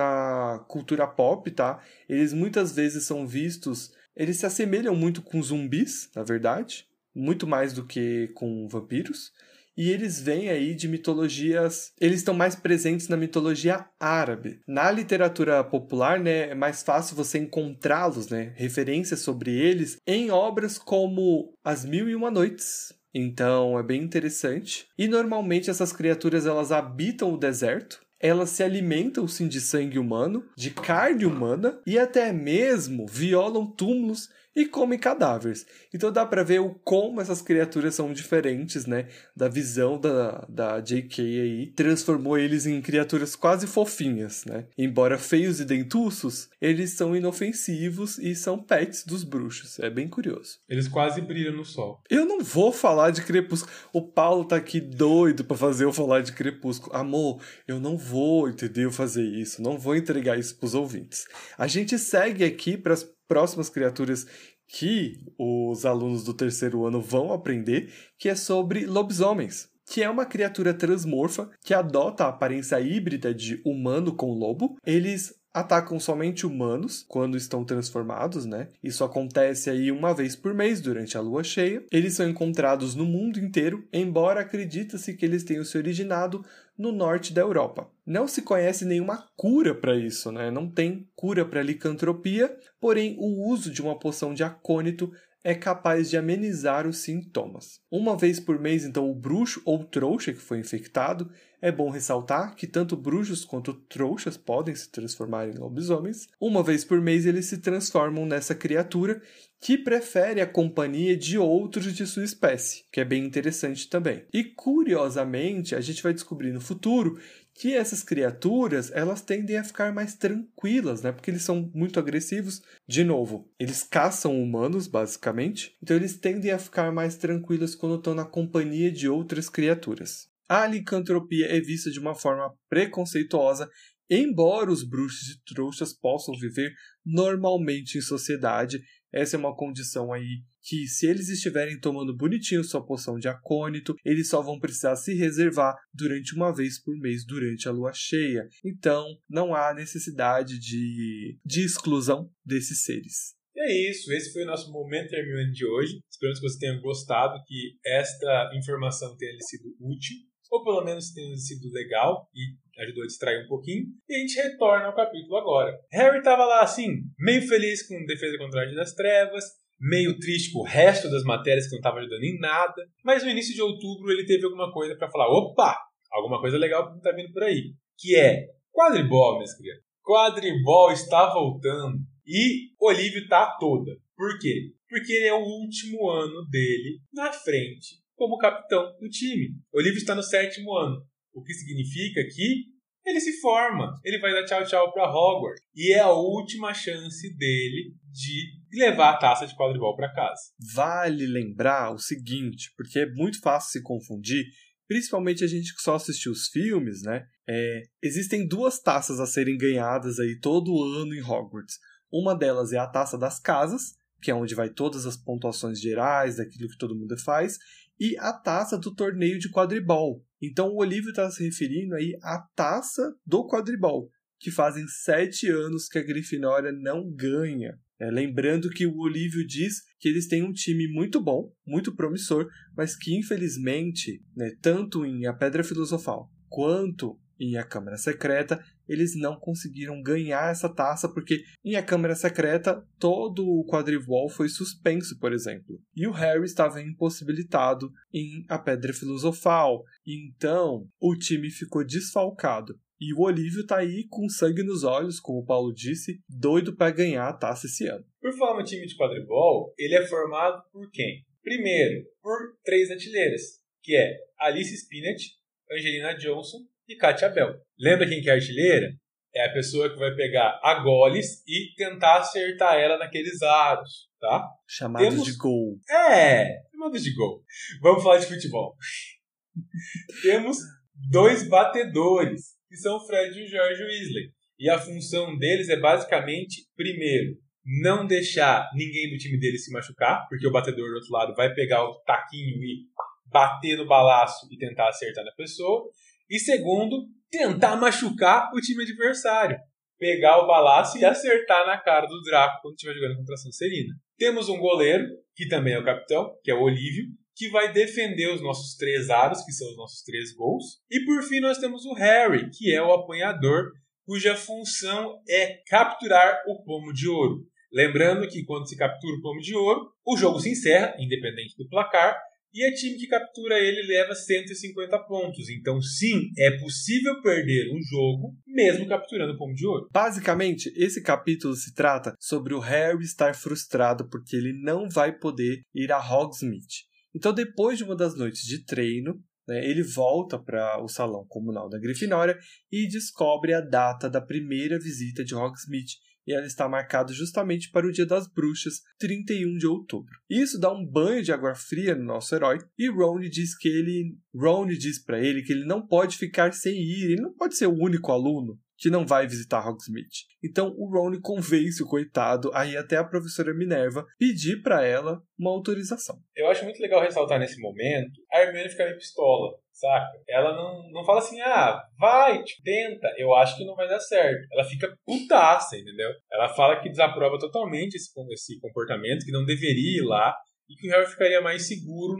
na cultura pop, tá? Eles muitas vezes são vistos... Eles se assemelham muito com zumbis, na verdade. Muito mais do que com vampiros. E eles vêm aí de mitologias... Eles estão mais presentes na mitologia árabe. Na literatura popular, né, é mais fácil você encontrá-los, né? Referências sobre eles em obras como As Mil e Uma Noites. Então, é bem interessante. E, normalmente, essas criaturas, elas habitam o deserto. Elas se alimentam, sim, de sangue humano, de carne humana e até mesmo violam túmulos e comem cadáveres. Então dá pra ver como essas criaturas são diferentes, né? Da visão da J.K. aí. Transformou eles em criaturas quase fofinhas, né? Embora feios e dentuços, eles são inofensivos e são pets dos bruxos. É bem curioso. Eles quase brilham no sol. Eu não vou falar de Crepúsculo. O Paulo tá aqui doido pra fazer eu falar de Crepúsculo. Amor, eu não vou, entendeu? Fazer isso. Não vou entregar isso pros ouvintes. A gente segue aqui pras próximas criaturas que os alunos do terceiro ano vão aprender, que é sobre lobisomens, que é uma criatura transmorfa que adota a aparência híbrida de humano com lobo. Eles atacam somente humanos quando estão transformados, né? Isso acontece aí uma vez por mês durante a lua cheia. Eles são encontrados no mundo inteiro, embora acredita-se que eles tenham se originado no norte da Europa. Não se conhece nenhuma cura para isso, né? Não tem cura para licantropia, porém o uso de uma poção de acônito é capaz de amenizar os sintomas. Uma vez por mês, então, o bruxo ou trouxa que foi infectado, é bom ressaltar que tanto bruxos quanto trouxas podem se transformar em lobisomens. Uma vez por mês, eles se transformam nessa criatura que prefere a companhia de outros de sua espécie, que é bem interessante também. E, curiosamente, a gente vai descobrir no futuro que essas criaturas, elas tendem a ficar mais tranquilas, né? Porque eles são muito agressivos. De novo, eles caçam humanos, basicamente. Então, eles tendem a ficar mais tranquilos quando estão na companhia de outras criaturas. A licantropia é vista de uma forma preconceituosa, embora os bruxos e trouxas possam viver normalmente em sociedade. Essa é uma condição aí que, se eles estiverem tomando bonitinho sua poção de acônito, eles só vão precisar se reservar durante uma vez por mês durante a lua cheia. Então, não há necessidade de exclusão desses seres. É isso, esse foi o nosso Momento Hermione de hoje. Esperamos que você tenha gostado, que esta informação tenha lhe sido útil, ou pelo menos tenha sido legal e ajudou a distrair um pouquinho. E a gente retorna ao capítulo agora. Harry estava lá assim, meio feliz com Defesa contra a Arte das Trevas, meio triste com o resto das matérias que não estavam ajudando em nada, mas no início de outubro ele teve alguma coisa para falar, opa, alguma coisa legal está vindo por aí, que é Quadribol, minhas crianças. Quadribol está voltando e Olívio está toda. Por quê? Porque ele é o último ano dele na frente como capitão do time. Olívio está no 7º ano, o que significa que ele se forma, ele vai dar tchau para Hogwarts. E é a última chance dele de levar a taça de quadribol para casa. Vale lembrar o seguinte, porque é muito fácil se confundir, principalmente a gente que só assistiu os filmes, né? Existem 2 taças a serem ganhadas aí todo ano em Hogwarts. Uma delas é a taça das casas, que é onde vai todas as pontuações gerais daquilo que todo mundo faz, e a taça do torneio de quadribol. Então o Olívio está se referindo aí à taça do quadribol, que fazem 7 anos que a Grifinória não ganha. Lembrando que o Olívio diz que eles têm um time muito bom, muito promissor, mas que infelizmente, né, tanto em A Pedra Filosofal quanto em A Câmara Secreta, eles não conseguiram ganhar essa taça, porque em A Câmara Secreta todo o quadribol foi suspenso, por exemplo. E o Harry estava impossibilitado em A Pedra Filosofal. Então, o time ficou desfalcado. E o Olívio tá aí com sangue nos olhos, como o Paulo disse, doido para ganhar a taça esse ano. Por falar no time de quadribol, ele é formado por quem? Primeiro, por 3 artilheiras, que é Alice Spinnet, Angelina Johnson e Katia Bell. Lembra quem que é a artilheira? É a pessoa que vai pegar a Goles e tentar acertar ela naqueles aros, tá? Chamados de gol. Chamados de gol. Vamos falar de futebol. Temos 2 batedores, que são o Fred e o George Weasley. E a função deles é basicamente, primeiro, não deixar ninguém do time dele se machucar, porque o batedor do outro lado vai pegar o taquinho e bater no balaço e tentar acertar na pessoa. E segundo, tentar machucar o time adversário. Pegar o balaço e acertar na cara do Draco quando estiver jogando contra a Sonserina. Temos um goleiro, que também é o capitão, que é o Olívio, que vai defender os nossos 3 aros, que são os nossos 3 gols. E por fim nós temos o Harry, que é o apanhador, cuja função é capturar o pomo de ouro. Lembrando que quando se captura o pomo de ouro, o jogo se encerra, independente do placar, e o time que captura ele leva 150 pontos. Então, sim, é possível perder um jogo mesmo capturando o pomo de ouro. Basicamente, esse capítulo se trata sobre o Harry estar frustrado porque ele não vai poder ir a Hogsmeade. Então, depois de uma das noites de treino, né, ele volta para o salão comunal da Grifinória e descobre a data da primeira visita de Hogsmeade. E ela está marcada justamente para o Dia das Bruxas, 31 de outubro. Isso dá um banho de água fria no nosso herói, e Ron diz para ele que ele não pode ficar sem ir, ele não pode ser o único aluno que não vai visitar Hogsmeade. Então o Ron convence o coitado a ir até a professora Minerva pedir para ela uma autorização. Eu acho muito legal ressaltar nesse momento a Hermione ficar meio pistola, saca? Ela não fala assim, vai, tenta, eu acho que não vai dar certo. Ela fica putaça, entendeu? Ela fala que desaprova totalmente esse comportamento, que não deveria ir lá, e que o Harry ficaria mais seguro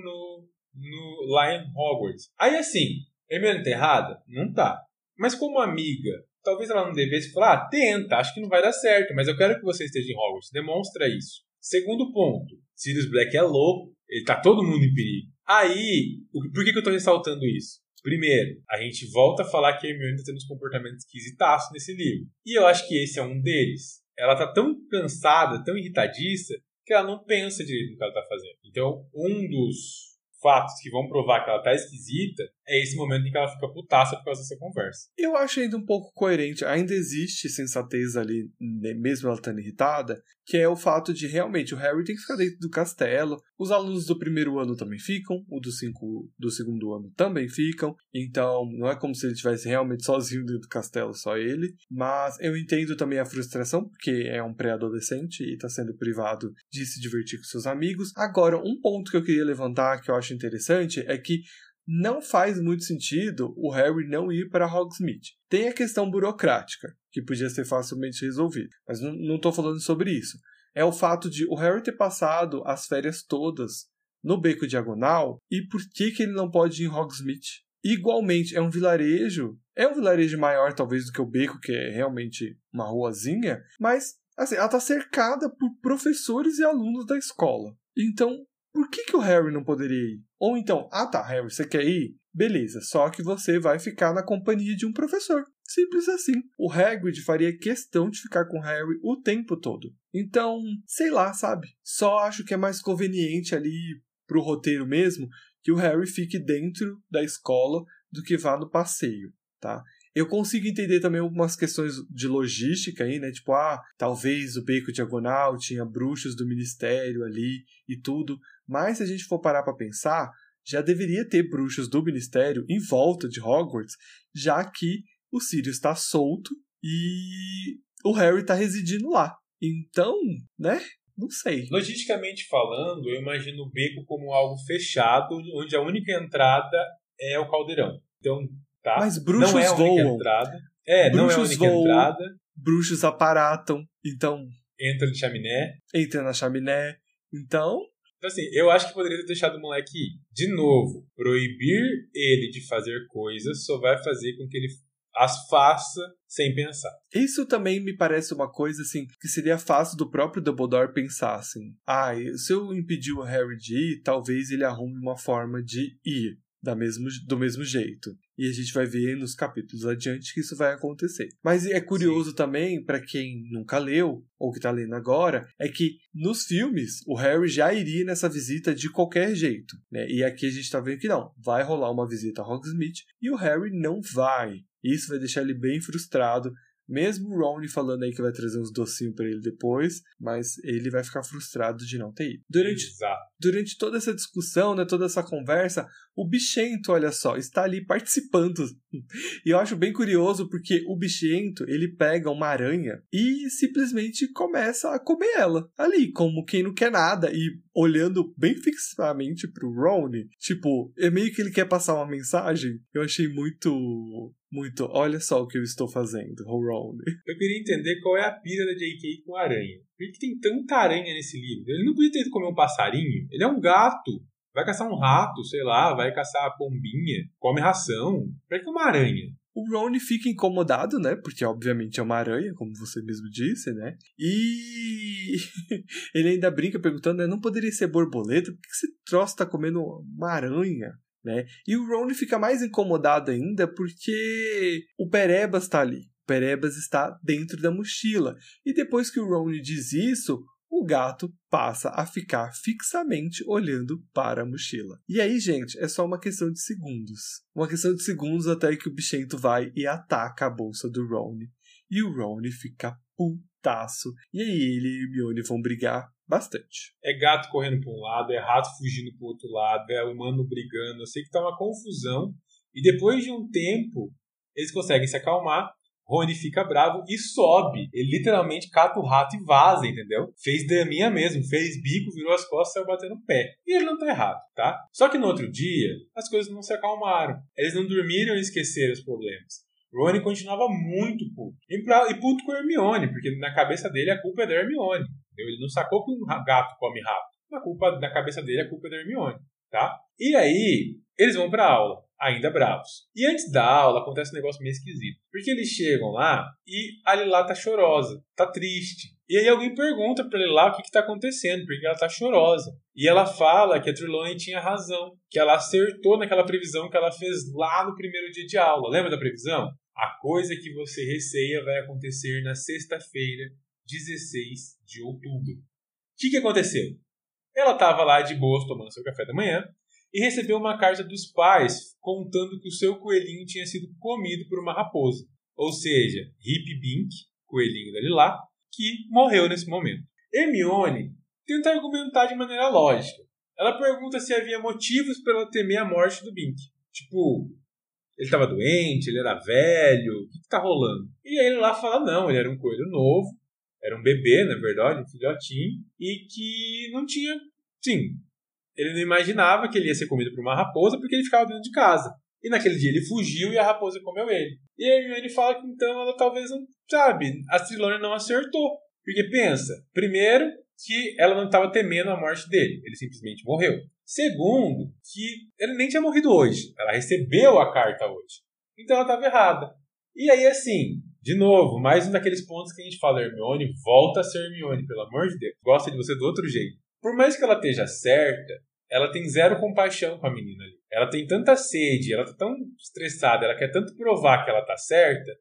lá em Hogwarts. Aí assim, Hermione tá errada? Não tá. Mas como amiga, talvez ela não devesse falar, tenta, acho que não vai dar certo, mas eu quero que você esteja em Hogwarts, demonstra isso. Segundo ponto, Sirius Black é louco, ele tá todo mundo em perigo. Aí, por que eu tô ressaltando isso? Primeiro, a gente volta a falar que a Hermione tá tendo uns comportamentos esquisitaços nesse livro. E eu acho que esse é um deles. Ela tá tão cansada, tão irritadiça, que ela não pensa direito no que ela tá fazendo. Então, um dos fatos que vão provar que ela tá esquisita é esse momento em que ela fica putaça por causa dessa conversa. Eu acho ainda um pouco coerente, ainda existe sensatez ali, mesmo ela estando irritada, que é o fato de realmente o Harry tem que ficar dentro do castelo, os alunos do primeiro ano também ficam, o do segundo ano também ficam, então não é como se ele estivesse realmente sozinho dentro do castelo, só ele, mas eu entendo também a frustração, porque é um pré-adolescente e está sendo privado de se divertir com seus amigos. Agora, um ponto que eu queria levantar, que eu acho interessante, é que não faz muito sentido o Harry não ir para Hogsmeade. Tem a questão burocrática, que podia ser facilmente resolvida, mas não estou falando sobre isso. É o fato de o Harry ter passado as férias todas no Beco Diagonal, e por que ele não pode ir em Hogsmeade? Igualmente, é um vilarejo maior talvez do que o Beco, que é realmente uma ruazinha, mas assim, ela está cercada por professores e alunos da escola. Então, por que o Harry não poderia ir? Ou então, Harry, você quer ir? Beleza, só que você vai ficar na companhia de um professor. Simples assim. O Hagrid faria questão de ficar com o Harry o tempo todo. Então, sei lá, sabe? Só acho que é mais conveniente ali pro roteiro mesmo que o Harry fique dentro da escola do que vá no passeio, tá? Eu consigo entender também algumas questões de logística aí, né? Tipo, talvez o Beco Diagonal tinha bruxos do Ministério ali e tudo. Mas se a gente for parar pra pensar, já deveria ter bruxos do Ministério em volta de Hogwarts, já que o Sirius está solto e o Harry está residindo lá. Então, né? Não sei. Logisticamente falando, eu imagino o beco como algo fechado, onde a única entrada é o caldeirão. Então, tá? Mas bruxos não é a única voam. entrada. Bruxos não é a única voam, entrada. Bruxos aparatam. Então, Entra de chaminé. entra na chaminé. Então, assim, eu acho que poderia ter deixado o moleque ir. De novo, proibir ele de fazer coisas só vai fazer com que ele as faça sem pensar. isso também me parece uma coisa, assim, que seria fácil do próprio Dumbledore pensar, assim. Se eu impedir o Harry de ir, talvez ele arrume uma forma de ir do mesmo jeito. E a gente vai ver nos capítulos adiante que isso vai acontecer. Mas é curioso também, para quem nunca leu, ou que tá lendo agora, é que nos filmes o Harry já iria nessa visita de qualquer jeito, né? E aqui a gente tá vendo que não, vai rolar uma visita a Hogsmeade e o Harry não vai. Isso vai deixar ele bem frustrado, mesmo o Ron falando aí que vai trazer uns docinhos pra ele depois, mas ele vai ficar frustrado de não ter ido. Durante toda essa discussão, né, toda essa conversa, o Bichento, olha só, está ali participando. E eu acho bem curioso porque o Bichento, ele pega uma aranha e simplesmente começa a comer ela. Ali, como quem não quer nada e olhando bem fixamente pro Ron. Tipo, é meio que ele quer passar uma mensagem. Eu achei muito, olha só o que eu estou fazendo, Ron. Eu queria entender qual é a pira da J.K. com a aranha. Por que tem tanta aranha nesse livro? Ele não podia ter ido comer um passarinho? Ele é um gato. Vai caçar um rato, sei lá, vai caçar a pombinha, come ração. Por que uma aranha? O Ron fica incomodado, né? Porque obviamente é uma aranha, como você mesmo disse, né? E ele ainda brinca perguntando, né? Não poderia ser borboleta? Por que esse troço tá comendo uma aranha? Né? E o Ron fica mais incomodado ainda porque o Perebas tá ali. O Perebas está dentro da mochila. E depois que o Ron diz isso, o gato passa a ficar fixamente olhando para a mochila. E aí, gente, é só uma questão de segundos. Uma questão de segundos até que o Bichento vai e ataca a bolsa do Ron. E o Ron fica putaço. E aí ele e Hermione vão brigar bastante. É gato correndo para um lado, é rato fugindo para o outro lado, é humano brigando. Eu sei que tá uma confusão. E depois de um tempo, eles conseguem se acalmar. Rony fica bravo e sobe. Ele literalmente cata o rato e vaza, entendeu? Fez daminha mesmo, fez bico, virou as costas e saiu batendo o pé. E ele não tá errado, tá? Só que no outro dia, as coisas não se acalmaram. Eles não dormiram e esqueceram os problemas. Rony continuava muito puto. E puto com a Hermione, porque na cabeça dele a culpa é da Hermione. Entendeu? Ele não sacou que um gato come rato. Na cabeça dele a culpa é da Hermione, tá? E aí, eles vão pra aula, ainda bravos. E antes da aula acontece um negócio meio esquisito. Porque eles chegam lá e a Lilá tá chorosa, tá triste. E aí alguém pergunta pra Lilá o que tá acontecendo, porque ela tá chorosa. E ela fala que a Trelawney tinha razão, que ela acertou naquela previsão que ela fez lá no primeiro dia de aula. Lembra da previsão? A coisa que você receia vai acontecer na sexta-feira, 16 de outubro. O que aconteceu? Ela estava lá de boas tomando seu café da manhã e recebeu uma carta dos pais contando que o seu coelhinho tinha sido comido por uma raposa. Ou seja, Hip Bink, coelhinho da Lilá, que morreu nesse momento. Hermione tenta argumentar de maneira lógica. Ela pergunta se havia motivos para ela temer a morte do Bink. Tipo, ele estava doente, ele era velho, o que está rolando? E aí ele lá fala, não, ele era um coelho novo, era um bebê, na verdade, um filhotinho, e que não tinha, sim, ele não imaginava que ele ia ser comido por uma raposa porque ele ficava dentro de casa. E naquele dia ele fugiu e a raposa comeu ele. E a Hermione fala que então ela talvez não, sabe, a Trelawney não acertou. Porque pensa, primeiro, que ela não estava temendo a morte dele, ele simplesmente morreu. Segundo, que ele nem tinha morrido hoje. Ela recebeu a carta hoje. Então ela estava errada. E aí, assim, de novo, mais um daqueles pontos que a gente fala, Hermione, volta a ser Hermione, pelo amor de Deus. Gosta de você do outro jeito. Por mais que ela esteja certa, ela tem zero compaixão com a menina ali. Ela tem tanta sede, ela tá tão estressada, ela quer tanto provar que ela tá certa,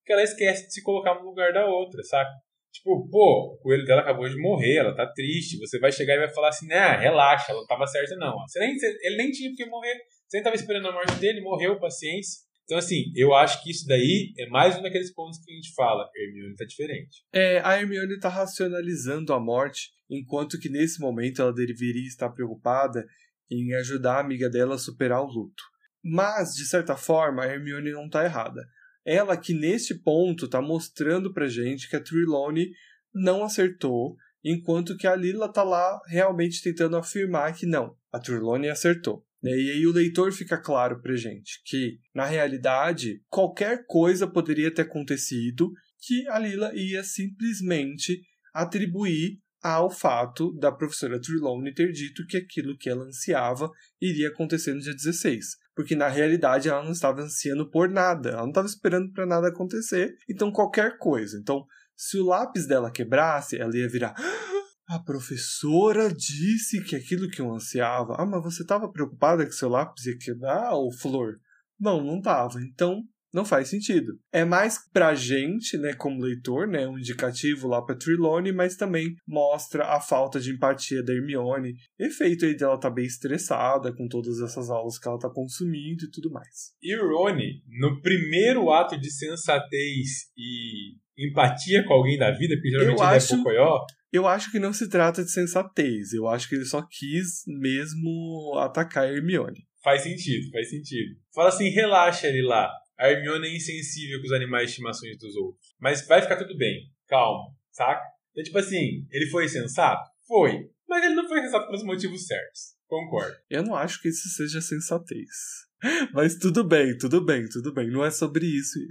que ela esquece de se colocar no lugar da outra, saca? Tipo, pô, o coelho dela acabou de morrer, ela tá triste. Você vai chegar e vai falar assim, né, relaxa, ela não tava certa não. Ele nem tinha porque morrer. Você nem tava esperando a morte dele, morreu, paciência. Então, assim, eu acho que isso daí é mais um daqueles pontos que a gente fala. A Hermione tá diferente. A Hermione tá racionalizando a morte, enquanto que nesse momento ela deveria estar preocupada em ajudar a amiga dela a superar o luto. Mas, de certa forma, a Hermione não tá errada. Ela que neste ponto tá mostrando pra gente que a Trelawney não acertou, enquanto que a Lila tá lá realmente tentando afirmar que não, a Trelawney acertou. E aí o leitor fica claro pra gente que, na realidade, qualquer coisa poderia ter acontecido que a Lila ia simplesmente atribuir ao fato da professora Trelawney ter dito que aquilo que ela ansiava iria acontecer no dia 16. Porque, na realidade, ela não estava ansiando por nada. Ela não estava esperando para nada acontecer. Então, qualquer coisa. Então, se o lápis dela quebrasse, ela ia virar... A professora disse que aquilo que eu ansiava... Ah, mas você estava preocupada que seu lápis ia quebrar, ou Flor? Não estava. Então, não faz sentido. É mais pra gente, né, como leitor, né, um indicativo lá pra Trelawney, mas também mostra a falta de empatia da Hermione. Efeito aí dela tá bem estressada com todas essas aulas que ela tá consumindo e tudo mais. E Rony, no primeiro ato de sensatez e empatia com alguém da vida, porque geralmente ele é pocoyó... Eu acho que não se trata de sensatez. Eu acho que ele só quis mesmo atacar a Hermione. Faz sentido. Fala assim, relaxa ele lá. A Hermione é insensível com os animais de estimações dos outros. Mas vai ficar tudo bem. Calma, saca? Então, tipo assim, ele foi sensato? Foi. Mas ele não foi sensato pelos motivos certos. Concordo. Eu não acho que isso seja sensatez. Mas tudo bem. Não é sobre isso.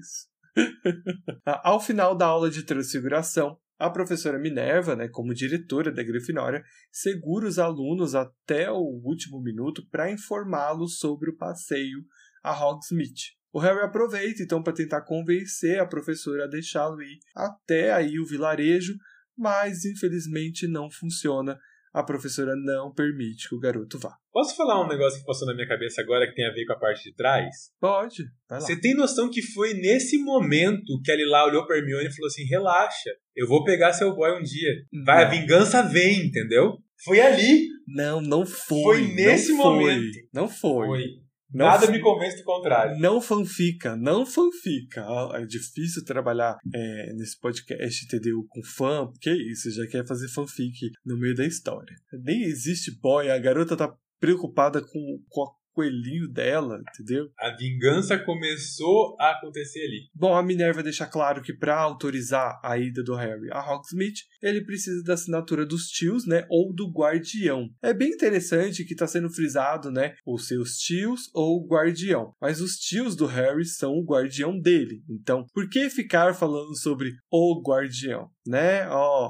Ao final da aula de transfiguração, a professora Minerva, né, como diretora da Grifinória, segura os alunos até o último minuto para informá-los sobre o passeio a Hogsmeade. O Harry aproveita, então, para tentar convencer a professora a deixá-lo ir até aí o vilarejo, mas, infelizmente, não funciona. A professora não permite que o garoto vá. Posso falar um negócio que passou na minha cabeça agora que tem a ver com a parte de trás? Pode, vai lá. Você tem noção que foi nesse momento que a Lila olhou pra Hermione e falou assim, relaxa, eu vou pegar seu boy um dia. Vai, a vingança vem, entendeu? Foi ali. Não foi. Foi nesse momento. Não foi. Nada me convence do contrário. Não fanfica. É difícil trabalhar nesse podcast, entendeu? Com fã, porque é isso, já quer fazer fanfic no meio da história. Nem existe boy, a garota tá preocupada com o coelhinho dela, entendeu? A vingança começou a acontecer ali. Bom, a Minerva deixa claro que para autorizar a ida do Harry a Hogsmeade, ele precisa da assinatura dos tios, né, ou do guardião. É bem interessante que está sendo frisado, né, os seus tios ou o guardião. Mas os tios do Harry são o guardião dele. Então, por que ficar falando sobre o guardião, né?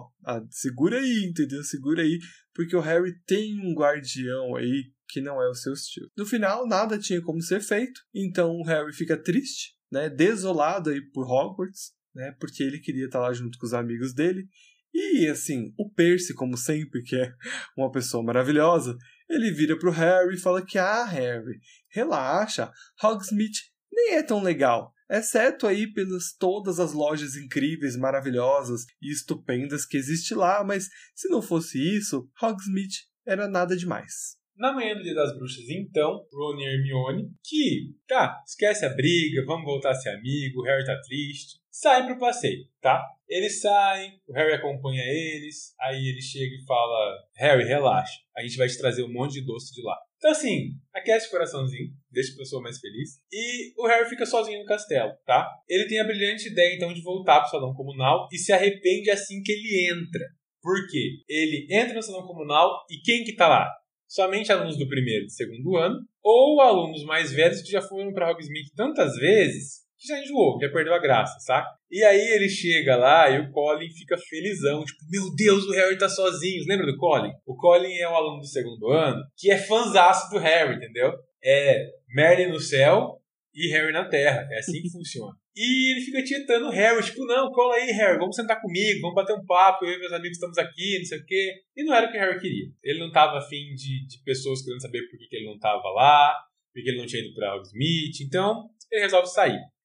Segura aí, entendeu? Segura aí, porque o Harry tem um guardião aí que não é o seu tio. No final, nada tinha como ser feito, então o Harry fica triste, né, desolado aí por Hogwarts, né, porque ele queria estar lá junto com os amigos dele. E, assim, o Percy, como sempre, que é uma pessoa maravilhosa, ele vira pro Harry e fala que, Harry, relaxa, Hogsmeade nem é tão legal, exceto aí pelas todas as lojas incríveis, maravilhosas e estupendas que existe lá, mas se não fosse isso, Hogsmeade era nada demais. Na manhã do Dia das Bruxas, então, Ron e Hermione, que, esquece a briga, vamos voltar a ser amigo, o Harry tá triste, saem pro passeio, tá? Eles saem, o Harry acompanha eles, aí ele chega e fala, Harry, relaxa, a gente vai te trazer um monte de doce de lá. Então, assim, aquece o coraçãozinho, deixa a pessoa mais feliz, e o Harry fica sozinho no castelo, tá? Ele tem a brilhante ideia, então, de voltar pro salão comunal e se arrepende assim que ele entra. Por quê? Ele entra no salão comunal e quem que tá lá? Somente alunos do primeiro e do segundo ano, ou alunos mais velhos que já foram para Hogsmeade tantas vezes que já enjoou, já perdeu a graça, saca? E aí ele chega lá e o Colin fica felizão, tipo, meu Deus, o Harry tá sozinho. Lembra do Colin? O Colin é um aluno do segundo ano que é fãzaço do Harry, entendeu? É Merlin no céu e Harry na terra, é assim que funciona. E ele fica tietando o Harry, tipo, não, cola aí, Harry, vamos sentar comigo, vamos bater um papo, eu e meus amigos estamos aqui, não sei o quê. E não era o que o Harry queria. Ele não estava afim de pessoas querendo saber por que ele não estava lá, por que ele não tinha ido pra Hogsmeade, então ele resolve sair.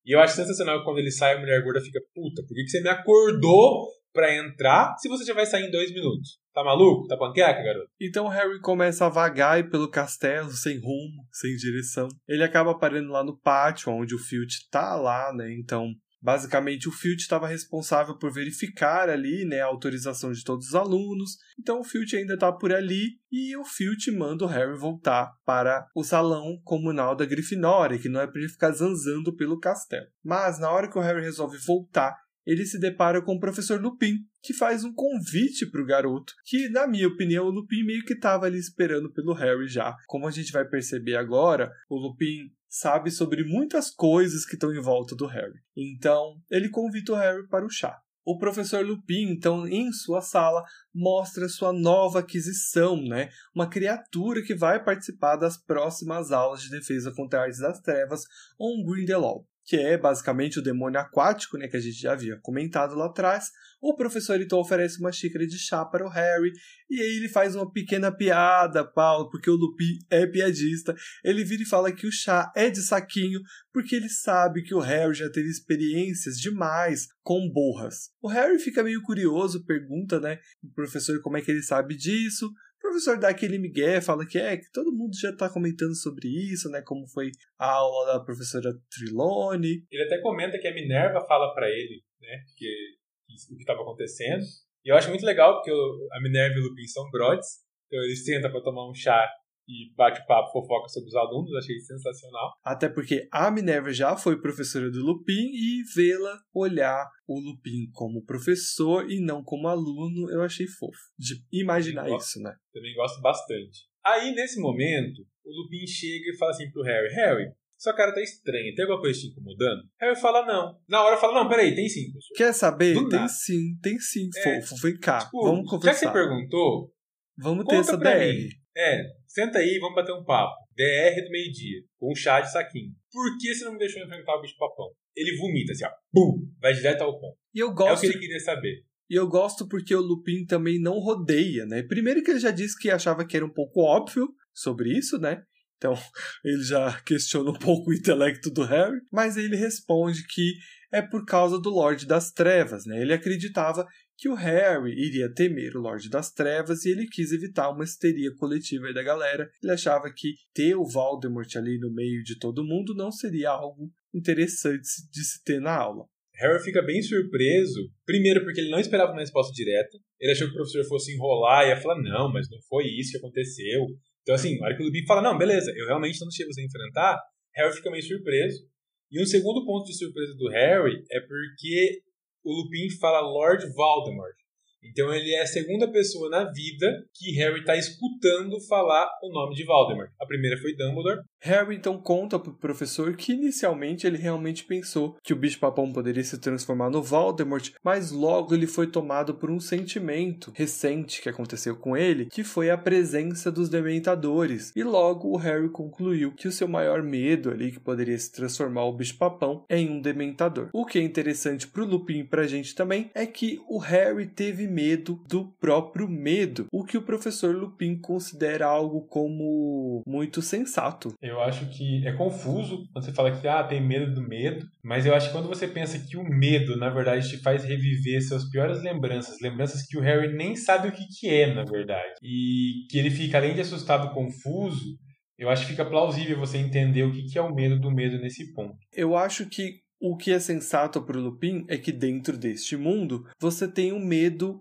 E eu acho sensacional que quando ele sai, a mulher gorda fica, puta, por que você me acordou pra entrar se você já vai sair em 2 minutos? Tá maluco? Tá panqueca, garoto? Então o Harry começa a vagar aí pelo castelo, sem rumo, sem direção. Ele acaba parando lá no pátio, onde o Filch tá lá, né? Então, basicamente, o Filch estava responsável por verificar ali, né, a autorização de todos os alunos. Então o Filch ainda tá por ali e o Filch manda o Harry voltar para o salão comunal da Grifinória, que não é pra ele ficar zanzando pelo castelo. Mas na hora que o Harry resolve voltar, ele se depara com o professor Lupin, que faz um convite para o garoto, que, na minha opinião, o Lupin meio que estava ali esperando pelo Harry já. Como a gente vai perceber agora, o Lupin sabe sobre muitas coisas que estão em volta do Harry. Então, ele convida o Harry para o chá. O professor Lupin, então, em sua sala, mostra sua nova aquisição, né? Uma criatura que vai participar das próximas aulas de defesa contra artes das trevas, on Grindelwald, que é basicamente o demônio aquático, né, que a gente já havia comentado lá atrás. O professor então oferece uma xícara de chá para o Harry, e aí ele faz uma pequena piada, Paulo, porque o Lupin é piadista. Ele vira e fala que o chá é de saquinho, porque ele sabe que o Harry já teve experiências demais com borras. O Harry fica meio curioso, pergunta, né, o professor como é que ele sabe disso. O professor dá aquele migué, fala que todo mundo já está comentando sobre isso, né? Como foi a aula da professora Trelawney. Ele até comenta que a Minerva fala pra ele, né? O que estava acontecendo. E eu acho muito legal, porque a Minerva e o Lupin são brothers. Então eles sentam pra tomar um chá e bate o papo, fofoca sobre os alunos. Achei sensacional. Até porque a Minerva já foi professora do Lupin e vê-la olhar o Lupin como professor e não como aluno, eu achei fofo de imaginar isso, né? Também gosto bastante. Aí, nesse momento, o Lupin chega e fala assim pro Harry, Harry, sua cara tá estranha, tem alguma coisa te incomodando? Harry fala não. Na hora fala, não, peraí, tem sim, professor. Quer saber? Do Tem nada. sim, fofo. Vem cá, Tipo, vamos conversar. Já que você perguntou, Vamos ter conta essa pra DR. mim. Senta aí, vamos bater um papo. DR do meio-dia, com um chá de saquinho. Por que você não me deixou enfrentar o bicho-papão? Ele vomita assim, ó. Bum! Vai direto ao ponto. E eu É o gosto... que ele queria saber. E eu gosto porque o Lupin também não rodeia, né? Primeiro que ele já disse que achava que era um pouco óbvio sobre isso, né? Então, ele já questiona um pouco o intelecto do Harry. Mas ele responde que é por causa do Lorde das Trevas, né? Ele acreditava que o Harry iria temer o Lorde das Trevas e ele quis evitar uma histeria coletiva aí da galera. Ele achava que ter o Voldemort ali no meio de todo mundo não seria algo interessante de se ter na aula. Harry fica bem surpreso, primeiro porque ele não esperava uma resposta direta, ele achou que o professor fosse enrolar e ia falar, não, mas não foi isso que aconteceu. Então assim, na hora que o Lupin fala, não, beleza, eu realmente não deixei você enfrentar, Harry fica meio surpreso. E um segundo ponto de surpresa do Harry é porque o Lupin fala Lord Voldemort. Então ele é a segunda pessoa na vida que Harry está escutando falar o nome de Voldemort. A primeira foi Dumbledore. Harry então conta pro professor que inicialmente ele realmente pensou que o bicho-papão poderia se transformar no Voldemort, mas logo ele foi tomado por um sentimento recente que aconteceu com ele, que foi a presença dos Dementadores. E logo o Harry concluiu que o seu maior medo ali, que poderia se transformar o bicho-papão, é em um Dementador. O que é interessante pro Lupin e pra gente também é que o Harry teve medo do próprio medo, o que o professor Lupin considera algo como muito sensato. Eu acho que é confuso quando você fala que tem medo do medo, mas eu acho que quando você pensa que o medo, na verdade, te faz reviver suas piores lembranças, lembranças que o Harry nem sabe o que é, na verdade, e que ele fica, além de assustado, confuso, eu acho que fica plausível você entender o que é o medo do medo nesse ponto. Eu acho que o que é sensato para o Lupin é que dentro deste mundo você tem um medo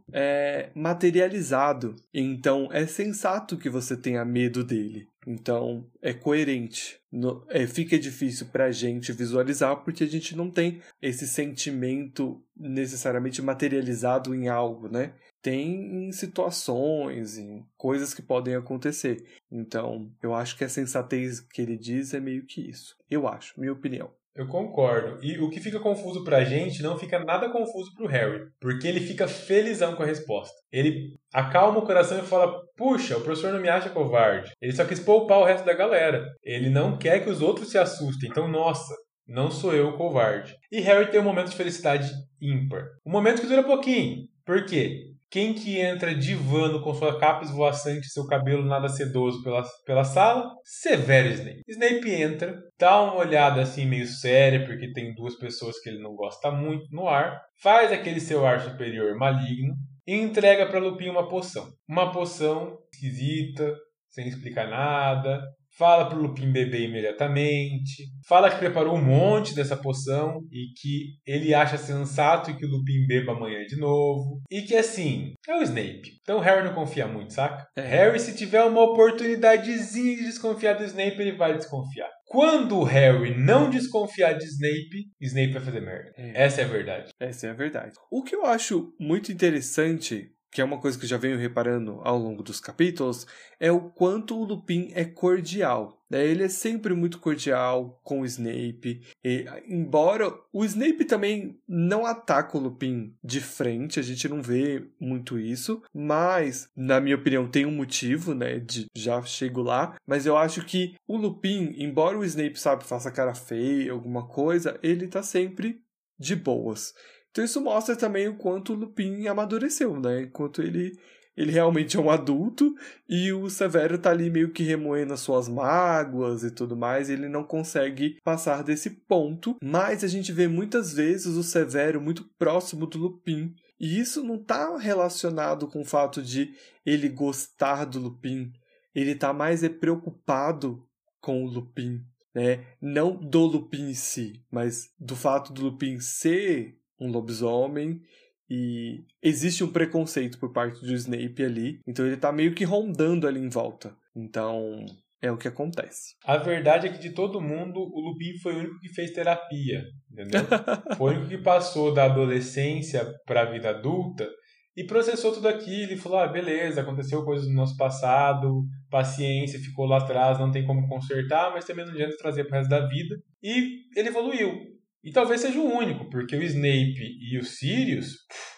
materializado. Então é sensato que você tenha medo dele. Então é coerente. Fica difícil para a gente visualizar porque a gente não tem esse sentimento necessariamente materializado em algo, né? Tem em situações, em coisas que podem acontecer. Então eu acho que a sensatez que ele diz é meio que isso. Eu acho, minha opinião. Eu concordo. E o que fica confuso pra gente não fica nada confuso pro Harry. Porque ele fica felizão com a resposta. Ele acalma o coração e fala, puxa, o professor não me acha covarde. Ele só quis poupar o resto da galera. Ele não quer que os outros se assustem. Então, nossa, não sou eu o covarde. E Harry tem um momento de felicidade ímpar. Um momento que dura pouquinho. Por quê? Quem que entra divando com sua capa esvoaçante e seu cabelo nada sedoso pela sala? Severo Snape. Snape entra, dá uma olhada assim meio séria, porque tem duas pessoas que ele não gosta muito no ar, faz aquele seu ar superior maligno e entrega para Lupin uma poção. Uma poção esquisita, sem explicar nada. Fala pro Lupin beber imediatamente. Fala que preparou um monte dessa poção e que ele acha sensato que o Lupin beba amanhã de novo. E que assim, é o Snape. Então o Harry não confia muito, saca? Harry, se tiver uma oportunidadezinha de desconfiar do Snape, ele vai desconfiar. Quando o Harry não desconfiar de Snape, Snape vai fazer merda. Essa é a verdade. Essa é a verdade. O que eu acho muito interessante, que é uma coisa que eu já venho reparando ao longo dos capítulos, é o quanto o Lupin é cordial. Ele é sempre muito cordial com o Snape. E, embora o Snape também não ataca o Lupin de frente, a gente não vê muito isso, mas, na minha opinião, tem um motivo, né? Já chego lá. Mas eu acho que o Lupin, embora o Snape, sabe, faça cara feia, alguma coisa, ele tá sempre de boas. Então isso mostra também o quanto o Lupin amadureceu, né? Enquanto ele realmente é um adulto e o Severo tá ali meio que remoendo as suas mágoas e tudo mais, ele não consegue passar desse ponto, mas a gente vê muitas vezes o Severo muito próximo do Lupin, e isso não tá relacionado com o fato de ele gostar do Lupin, ele tá mais preocupado com o Lupin, né? Não do Lupin em si, mas do fato do Lupin ser um lobisomem, e existe um preconceito por parte do Snape ali, então ele tá meio que rondando ali em volta. Então, é o que acontece. A verdade é que de todo mundo, o Lupin foi o único que fez terapia, entendeu? Foi o único que passou da adolescência para a vida adulta e processou tudo aquilo e falou, beleza, aconteceu coisas no nosso passado, paciência, ficou lá atrás, não tem como consertar, mas também não adianta trazer pro resto da vida. E ele evoluiu. E talvez seja o único, porque o Snape e o Sirius